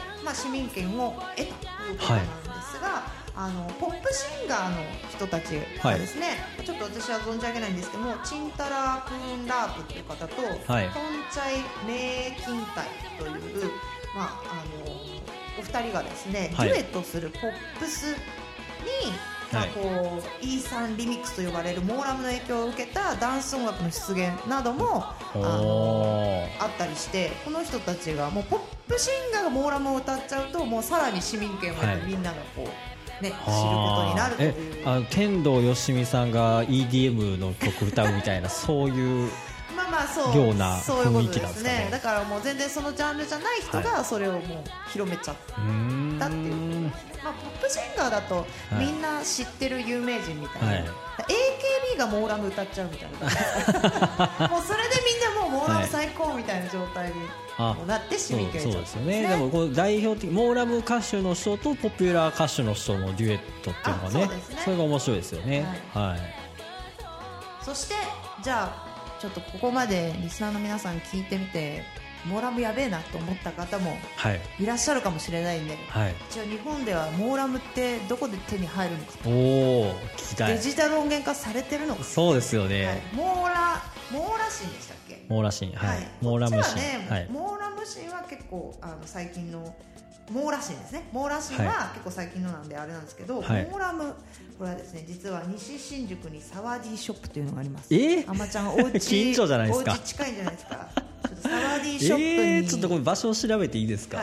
まあ、市民権を得たということなんですが、ポップシンガーの人たちがですね、はい、ちょっと私は存じ上げないんですけども、チンタラ・クーンラープという方と、はい、トンチャイ・メーキンタイという、まあ、お二人がですね、はい、デュエットするポップスにこうイーサンリミックスと呼ばれるモーラムの影響を受けたダンス音楽の出現などもあったりして、この人たちがもうポップシンガーがモーラムを歌っちゃうと、もうさらに市民権を得てみんながこう、ね、知ることになるという。 天童よしみさんが EDM の曲歌うみたいなそういうような雰囲気なんですかね。 だからもう全然そのジャンルじゃない人がそれをもう広めちゃったっていう。まあ、ポップシンガーだとみんな知ってる有名人みたいな、はい、AKB がモーラム歌っちゃうみたいなもうそれでみんなもうモーラム最高みたいな状態になって市民権を得ちゃう。 そうですよね。でもこの代表的モーラム歌手の人とポピュラー歌手の人のデュエットっていうのが ね、それが面白いですよね。はい、はい、 そしてじゃあちょっとここまでリスナーの皆さん聞いてみて、モーラムやべえなと思った方もいらっしゃるかもしれないんで、はい、一応日本ではモーラムってどこで手に入るのかと、 聞きたい。 デジタル音源化されてるのか。 そうですよね、 はい、モーラシンでしたっけ。 モーラシン、はい、モーラムシン、ね、 はい、モーラムシンは結構最近のモーラシンですね。モーラシンは結構最近のなんであれなんですけど、はい、モーラムこれはですね、実は西新宿にサワディショップというのがあります。あまちゃんお家近所じゃないですか。 お家近いんじゃないですか。サワディショップに、 ちょっとこれ場所を調べていいですか。 はい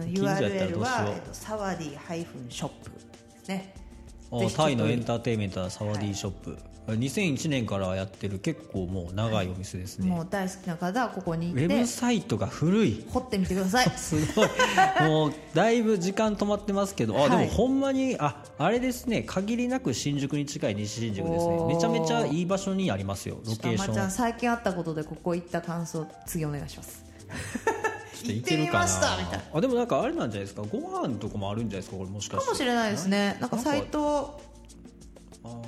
、URL はサワディ-ショップですね。 タイのエンターテインメントはサワディショップ、はい、2001年からやってる結構もう長いお店ですね。 もう大好きな方はここに行ってウェブサイトが古い、 掘ってみてください。 すごいもうだいぶ時間止まってますけど、はい、でもほんまにあれですね、限りなく新宿に近い西新宿ですね。めちゃめちゃいい場所にありますよ、ロケーション。 ちゃん最近あったことでここ行った感想次お願いします。 行ってみましたみたいな。でもなんかあれなんじゃないですか、ご飯とかもあるんじゃないですか、これもしかして。 かもしれないですね。なんかサイト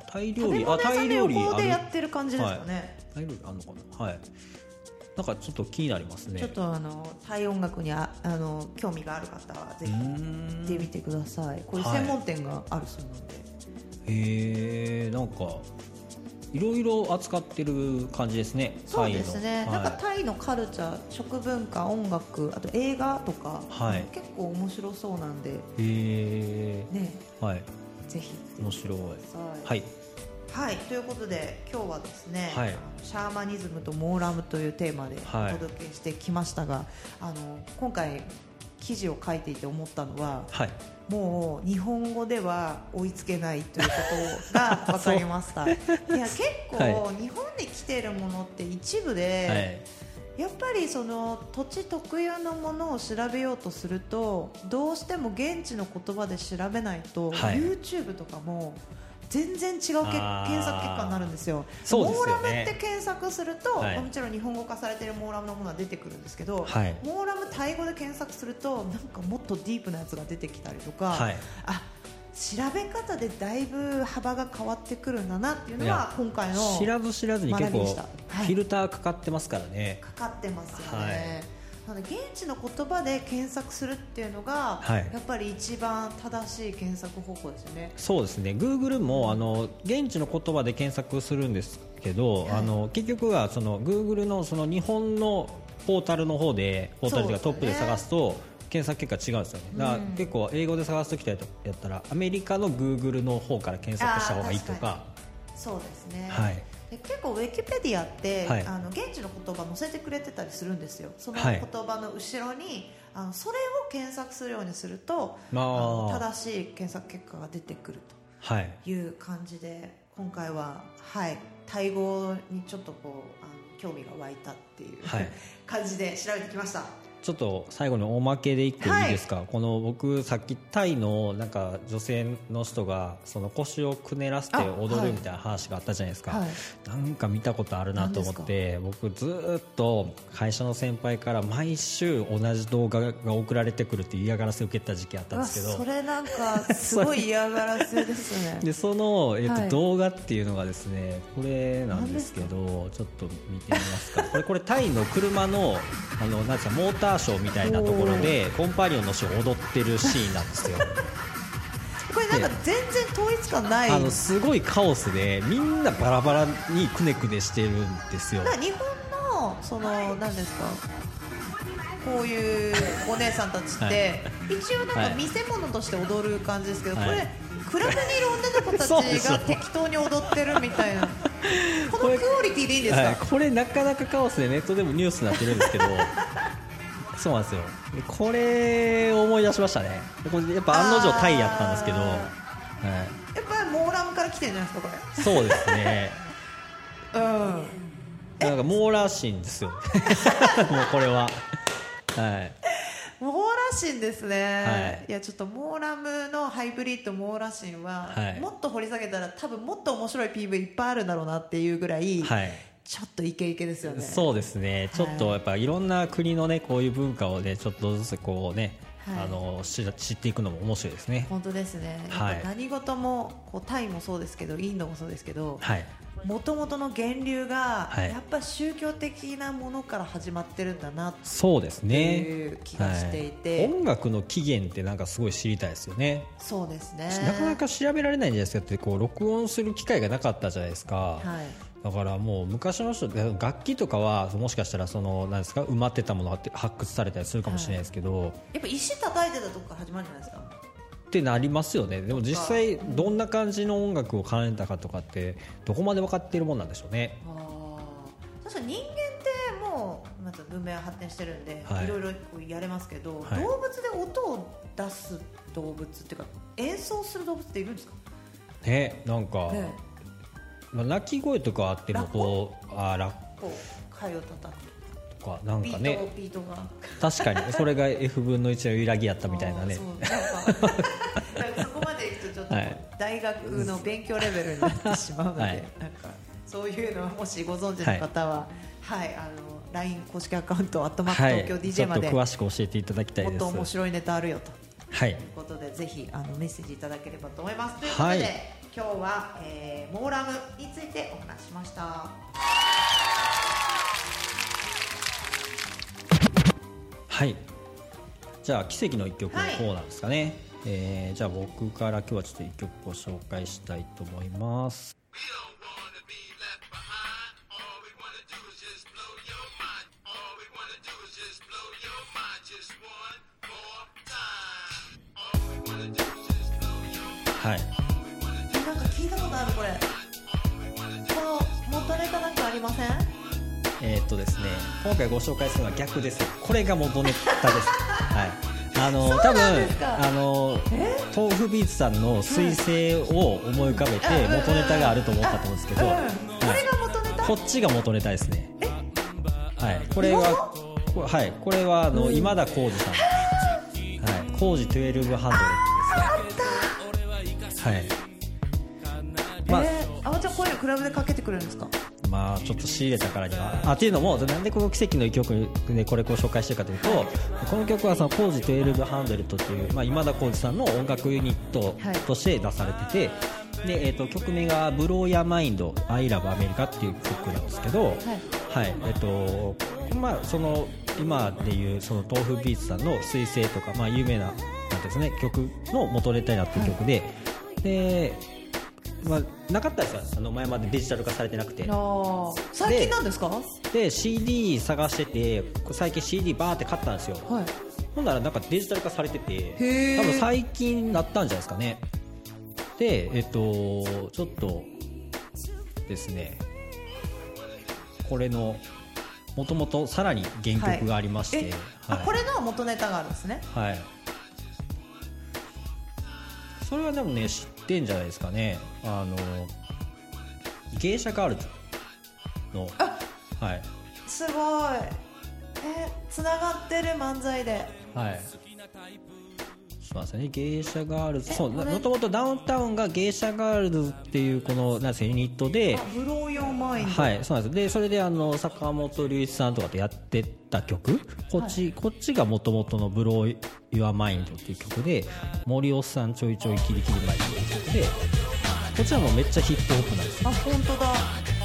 タイ料理タイ料理でやってる感じですかね。 タイ料理あるのかな。はい。なんかちょっと気になりますね。 ちょっとタイ音楽に興味がある方はぜひ行ってみてください。こういう専門店があるそうなので。 なんかいろいろ扱ってる感じですね。 そうですね。なんかタイのカルチャー、食文化、音楽、あと映画とか、結構面白そうなんで。ね。 はい。 ぜひ面白い。 はい。はい、ということで今日はですね、シャーマニズムとモーラムというテーマでお届けしてきましたが、今回記事を書いていて思ったのは、もう日本語では追いつけないということが分かりましたいや結構、日本に来ているものって一部で、やっぱりその土地特有のものを調べようとするとどうしても現地の言葉で調べないと YouTube とかも全然違う検索結果になるんですよ。モーラムって検索すると、もちろん日本語化されているモーラムのものは出てくるんですけど、モーラムタイ語で検索するとなんかもっとディープなやつが出てきたりとか、調べ方でだいぶ幅が変わってくるんだなっていうのは今回の知らず知らずに結構フィルターかかってますからね。 かかってますよね。現地の言葉で検索するっていうのが、やっぱり一番正しい検索方法ですよね。 そうですね。 Google も現地の言葉で検索するんですけど、結局はその Google のその日本のポータルの方でポータルがトップで探すと検索結果違うんですよね。だから結構英語で探すときやったらアメリカの Google の方から検索した方がいいとか。 そうですね。で結構ウィキペディアって、現地の言葉載せてくれてたりするるその言葉の後ろにそれを検索するようにすると正しい検索結果が出てくるという感じで、今回は、タイ語にちょっと興味が湧いたっていう、感じで調べてきました。 ちょっと最後におまけで1個いいですか。この僕さっきタイのなんか女性の人がその腰をくねらせて踊るみたいな話があったじゃないですか。なんか見たことあるなと思って、僕ずっと会社の先輩から毎週同じ動画が送られてくるって嫌がらせを受けた時期あったんですけど、 それなんかすごい嫌がらせですねでその、動画っていうのがですねこれなんですけど、ちょっと見てみますか。これタイの車のなんですかモーターショーみたいなところでコンパニオンのショーを踊ってるシーンなんですよ。 これなんか全然統一感ない。 すごいカオスでみんなバラバラにくねくねしてるんですよ。 日本のその何ですか、こういうお姉さんたちって、一応なんか見せ物として踊る感じですけど、これクラブにいる女の子たちが適当に踊ってるみたいなこのクオリティでいいんですか。 これなかなかカオスでネットでもニュースになってるんですけどそうなんですよ。これを思い出しましたね。これやっぱ案の定タイやったんですけど、やっぱりモーラムから来てるんじゃないですかこれ。 そうですねなんかモーラーシーンですよもうこれはモーラシンですね、いやちょっとモーラムのハイブリッドモーラシンは、もっと掘り下げたら多分もっと面白い PV いっぱいあるんだろうなっていうぐらい、ちょっとイケイケですよね。 そうですね。ちょっとやっぱいろんな国のねこういう文化をねちょっとずつこうね、知っていくのも面白いですね。 本当ですね。何事もこうタイもそうですけどインドもそうですけど、もともとの源流がやっぱ宗教的なものから始まってるんだなそうですねっていう気がしていて、 音楽の起源ってなんかすごい知りたいですよね。 そうですね。 なかなか調べられないんじゃないですか。ってこう録音する機会がなかったじゃないですか。だからもう昔の人楽器とかはもしかしたらそのなんですか埋まってたものが発掘されたりするかもしれないですけど、 やっぱ石叩いてたとこから始まるんじゃないですかってなりますよね。でも実際どんな感じの音楽を奏でたかとかってどこまで分かっているもんなんでしょうね。 確かに人間ってもうまず文明が発展してるんで、いろいろやれますけど、動物で音を出す動物っていうか演奏する動物っているんですかね。なんか、鳴き声とかあってもこうラッコ貝を叩くとかなんかね、 ビートが確かにそれが F 分の1の揺らぎやったみたいなねなんかそこまでいくとちょっと大学の勉強レベルになってしまうので、なんかそういうのをもしご存知の方は、LINE 公式アカウント@東京 DJ までちょっと詳しく教えていただきたいです。 もっと面白いネタあるよということで、ぜひメッセージいただければと思います。ということで、 今日は、モーラムについてお話しました。 はい、じゃあ奇跡の一曲のコーナーですかね。じゃあ僕から今日はちょっと一曲ご紹介したいと思います。はい、 なんか聞いたことある。これこの元ネタなんかありません？ ですね、今回ご紹介するのは逆です。これが元ネタです。はい、多分豆腐ビーツさんの彗星を思い浮かべて元ネタがあると思ったと思うんですけど、 これが元ネタ？ こっちが元ネタですね。はい、これは今田耕司さん、はい、耕司1200ですね。はい、 あまちゃんこういうのクラブでかけてくれるんですか？ まあちょっと仕入れたからにはっていうのも、なんでこの奇跡の一曲でこれを紹介してるかというと、この曲はその工事1200という、今田耕司さんの音楽ユニットとして出されてて、で曲名がブローヤーマインド I Love America っていう曲なんですけど、その今でいうその豆腐ビーツさんの彗星とか、有名なですね、曲の元ネタになっている曲で、なかったですよ、前までデジタル化されてなくて。 最近なんですか？ で CD 探してて、最近 CD バーって買ったんですよ。ほんならなんかデジタル化されてて、多分最近なったんじゃないですかね。でちょっとですね、これのもともとさらに原曲がありまして、 これの元ネタがあるんですね。 はい、それはでもね知ってんじゃないですかね。芸者ガールズの、はい、 すごい、つながってる漫才で、 はい、そうですね、芸者ガールズ、もともとダウンタウンが芸者ガールズっていうこのなんですかユニットで、 ブローヨーマインド、 はい、そうなんです。でそれで坂本龍一さんとかとやってた曲、こっちがもともとのブローユアマインドっていう曲で、森尾さんちょいちょいキリキリマイっていう曲で、こっちはもうめっちゃヒップホップなんですよ。 本当だ。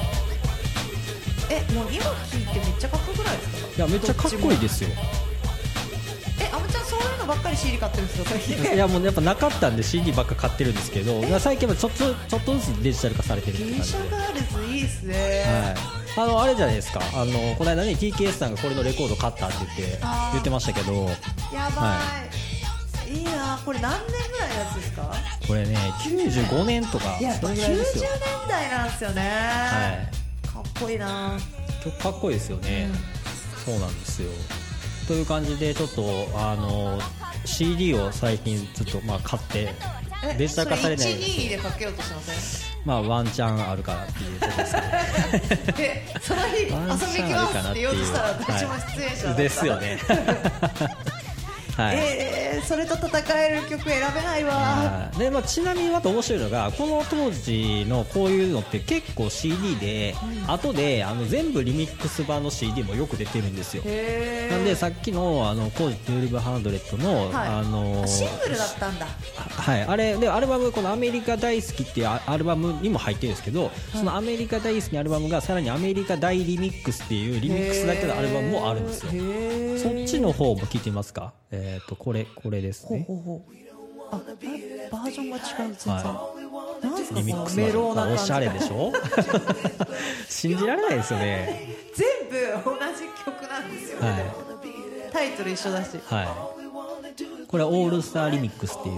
もう今聴いてめっちゃかっこよくないですか？ いやめっちゃかっこいいですよ。 あむちゃんそういうのばっかり CD 買ってるんですか？最近。 いやもうやっぱなかったんで CD ばっか買ってるんですけど、最近はちょっとずつデジタル化されてるって感じで。 芸者ガールズいいっすね。 はい、あれじゃないですか、この間ね TKS さんがこれのレコード買ったって言ってましたけど、 やばい、いいな。これ何年ぐらいのやつですか？ これね95年とかそれぐらいですよ。 90年代なんですよね。かっこいいな。 曲かっこいいですよね。そうなんですよ。という感じでちょっとCD を最近ずっと買ってデジタル化されないそれ 1,2 でかけようとしてません？ ワンチャンあるかなっていうところですね。 その日遊び行きますって言おうとしたら私も出演者だったですよね。はい、 それと戦える曲選べないわ。 で、ちなみにまた面白いのが、この当時のこういうのって結構 CD で、後で全部リミックス版の CD もよく出てるんですよ。なんでさっきの工事1200の、 シングルだったんだ。 はい、あれでアルバム、このアメリカ大好きっていうアルバムにも入ってるんですけど、そのアメリカ大好きのアルバムがさらにアメリカ大リミックスっていうリミックスだけのアルバムもあるんですよ。そっちの方も聞いてみますか？これですね。 バージョンが違う。全然、なんですかリミックスメローな感じ。 おしゃれでしょ？信じられないですよね。 全部同じ曲なんですよね。タイトル一緒だし。 これはオールスターリミックスっていう、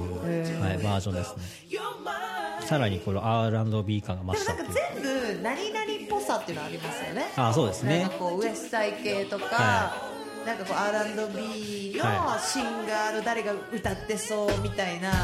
バージョンですね。さらにこの R&B 感が増したっていう。 でもなんか全部何々っぽさっていうのありますよね。 そうですね。 なんかこうウエストサイ系とか。なんかこう R&B のシンガーの誰が歌ってそうみたいな、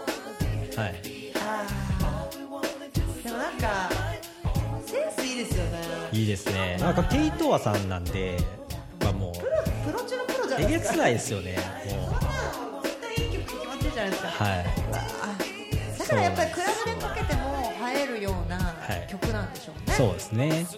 でもなんかセンスいいですよね。 いいですね。なんかテイトワさんなんで、もうプロ中のプロじゃないですか。 えげつないですよね。もう絶対いい曲決まってるじゃないですか。だからやっぱりクラブでかけても映えるような曲なんでしょうね。 そうですね。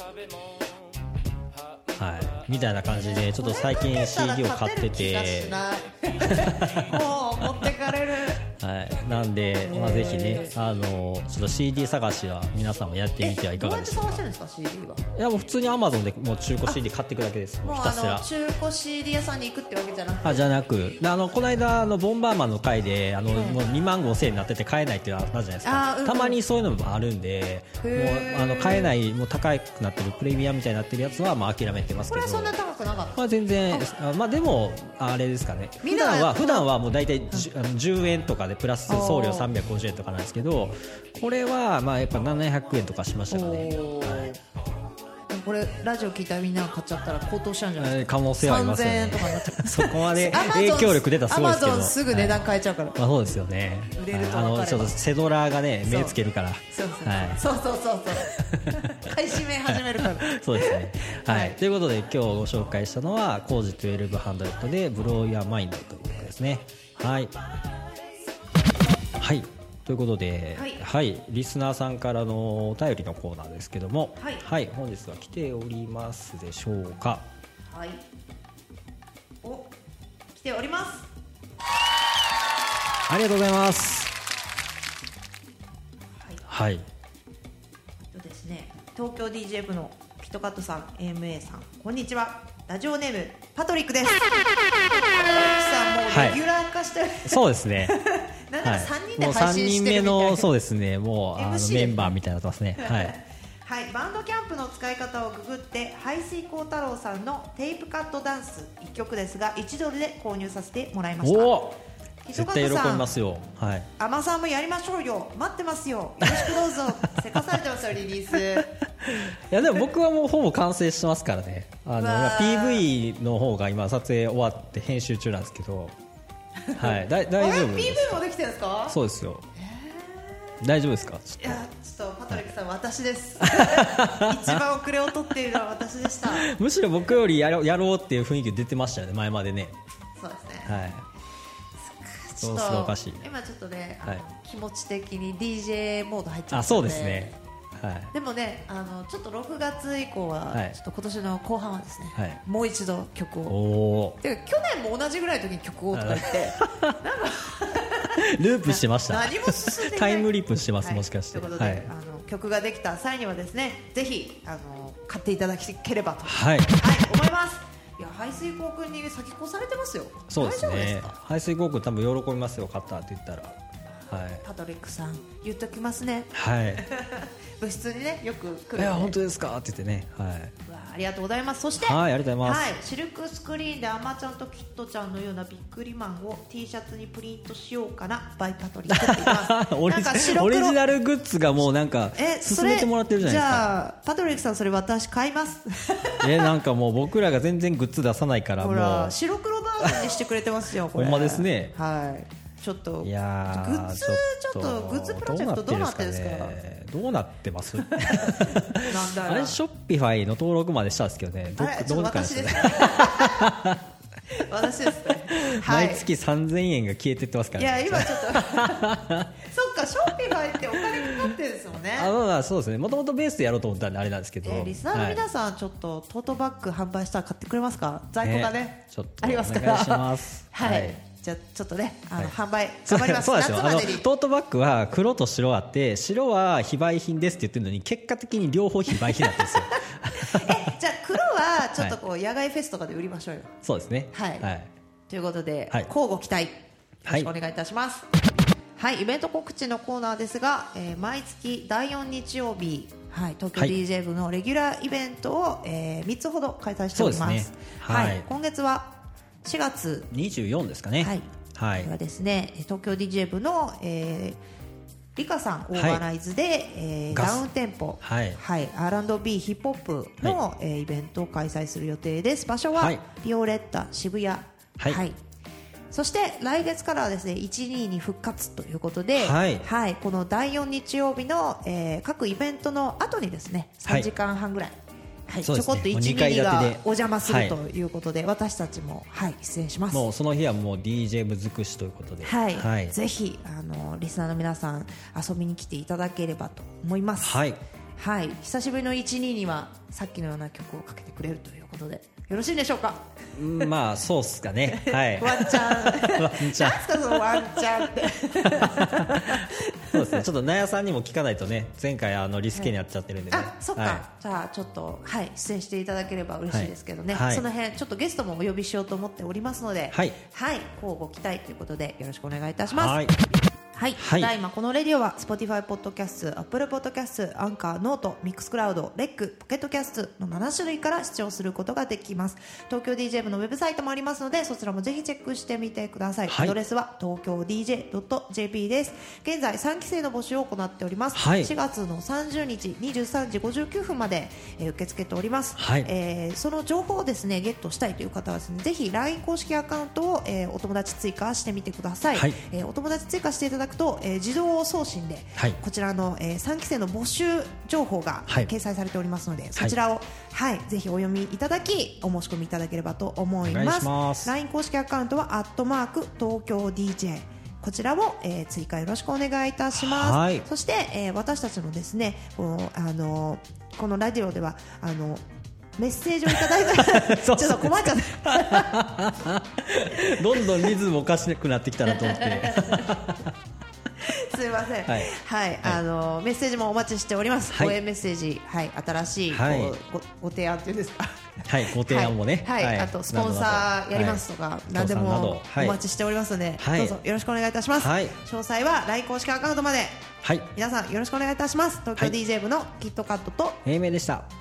みたいな感じでちょっと最近 CD を買っててもう持ってかれる。 はい、なんで、ぜひねちょっと CD 探しは皆さんもやってみてはいかがでしょうか。 どうやって探してるんですか CD は。 いやもう普通に Amazon でもう中古 CD 買っていくだけです。 もうひたすら中古 CD 屋さんに行くってわけじゃなくて。 じゃなくこの間ボンバーマンの回でもう2万5千円になってて買えないっていうのあったじゃないですか、たまにそういうのもあるんで、もう買えないもう高くなってるプレミアみたいになってるやつは諦めてますけど、 これはそんな高くなかった。 全然でもあれですかね、普段はもう大体10円とかでプラス送料350円とかなんですけど、これはやっぱ700円とかしましたかね。 これラジオ聞いたらみんなが買っちゃったら高騰しちゃうんじゃないですか。 可能性はありますよね。 3000円とかになっちゃうそこまで影響力出たらすごいですけど、 Amazon すぐ値段変えちゃうから、 そうですよね。 売れると分かればちょっとセドラーがね目つけるから、そう買い占め始めるからそうですね。はい、ということで今日ご紹介したのはコージ1200でブローヤーマインドということですね。はいはい、ということで、リスナーさんからのお便りのコーナーですけども、本日は来ておりますでしょうか。 来ております。 ありがとうございます。 ですね、東京 DJ 部のキットカットさん、AMA さん、こんにちは。ラジオネームパトリックです。パトリックさんもうレギュラー化してる、 そうですね。 なんか3人で配信してるみたいな、 もう3人目のそうですね、もうメンバーみたいになってますね。 バンドキャンプの使い方をググって排水溝太郎さんのテープカットダンス1曲ですが1ドルで購入させてもらいました。 絶対喜びますよ。 アマさんもやりましょうよ、待ってますよ、よろしくどうぞせかされてますよリリース。 いやでも僕はもうほぼ完成してますからね。PV の方が今撮影終わって編集中なんですけど、大丈夫です。 PV もできてるんですか。 そうですよ。大丈夫ですか。 いやちょっとパトリックさん、私です一番遅れを取っているのは私でした。 むしろ僕よりやろうっていう雰囲気出てましたよね、前までね。 そうですね。 そうするおかしい。 今ちょっとね、気持ち的に DJ モード入っちゃって、 そうですね。 でもね、ちょっと6月以降は、ちょっと今年の後半はですね、もう一度曲を。去年も同じぐらいの時に曲をとか言ってなんかループしてました。 何も進んでない。 タイムリープしてます、もしかして。 ということで、曲ができた際にはですね、ぜひ買っていただければと、思います。いや、排水溝くんに先越されてますよ。 そうですね。排水溝くん多分喜びますよ、買ったって言ったら。 パトリックさん言っときますね。部室にねよく来る。 本当ですかって言ってね。 ありがとうございます。そしてありがとうございます。 シルクスクリーンでアマちゃんとキットちゃんのようなビックリマンを T シャツにプリントしようかなバイパトリックって言います。 オリジナルグッズがもうなんか勧めてもらってるじゃないですか。 じゃあパトリックさん、それ私買います。 なんかもう僕らが全然グッズ出さないから、 ほら白黒バージョンにしてくれてますよ。これほんまですね。 ちょっとグッズプロジェクトどうなってるんですか。 どうなってます。 なんだあれショッピファイの登録までしたんですけどね。 私ですね。私ですね。 毎月3000円が消えてってますからね。 いや今ちょっとそっか、ショッピファイってお金かかってるんですもんね。 そうですね。もともとベースでやろうと思ったんであれなんですけど、 リスナーの皆さん、ちょっとトートバッグ販売したら買ってくれますか。在庫がねちょっとありますから。 お願いします。 じゃあちょっとね、販売頑張ります。 そうですよ。トートバッグは黒と白あって、白は非売品ですって言ってるのに結果的に両方非売品だったんですよ。 じゃあ黒はちょっとこう野外フェスとかで売りましょうよ。 そうですね。 ということで、交互期待よろしくお願いいたします。イベント告知のコーナーですが、毎月第4日曜日、東京 DJ 部のレギュラーイベントを、3つほど開催しております。今月は4月 24ですかね。 これはですね、東京 DJ 部の、リカさんオーガナイズで、ダウンテンポ、R&B ヒップホップの、イベントを開催する予定です。場所はビオレッタ渋谷。そして来月からはですね、12に復活ということで、この第4日曜日の、各イベントの後にですね、3時間半ぐらい、ちょこっと1、2がお邪魔するということで、私たちも、出演します。 もうその日はもう DJ 部尽くしということで、 ぜひリスナーの皆さん遊びに来ていただければと思います。久しぶりの1、2にはさっきのような曲をかけてくれるということで、 よろしいでしょうか。 まあそうっすかね。はい。 ワンチャン。 ワンチャン。 なんすかそのワンチャンって。 そうですね。ちょっとナヤさんにも聞かないとね。前回リスケにやっちゃってるんでね。 あ、そっか。じゃあちょっと出演していただければ嬉しいですけどね。その辺ちょっとゲストもお呼びしようと思っておりますので、こうご期待ということでよろしくお願いいたします。はい、ただいまこのレディオは Spotify ポッドキャスト、Apple ポッドキャスト、アンカー、ノート、ミックスクラウド、レック、ポケットキャストの7種類から視聴することができます。東京 DJ 部のウェブサイトもありますので、そちらもぜひチェックしてみてください。アドレスは東京 DJ.jp です。現在3期生の募集を行っております。4月の30日23時59分まで、受け付けております。その情報をですねゲットしたいという方はですね、ぜひ LINE 公式アカウントを、お友達追加してみてください。お友達追加していただくと、自動送信で、こちらの、3期生の募集情報が、掲載されておりますので、そちらを、ぜひお読みいただきお申し込みいただければと思います。 LINE 公式アカウントは東京 DJ、こちらを、追加よろしくお願いいたします。そして、私たちのですねこのラジオではメッセージをいただいたちょっと困っちゃったどんどんリズムおかしくなってきたなと思ってすいません。メッセージもお待ちしております。応援メッセージ、新しいご提案というんですか。 ご提案もね。 あとスポンサーやりますとか、何でもお待ちしておりますので、どうぞよろしくお願いいたします。詳細は LINE 公式アカウントまで。皆さんよろしくお願いいたします。東京 DJ 部のキットカットと英明でした。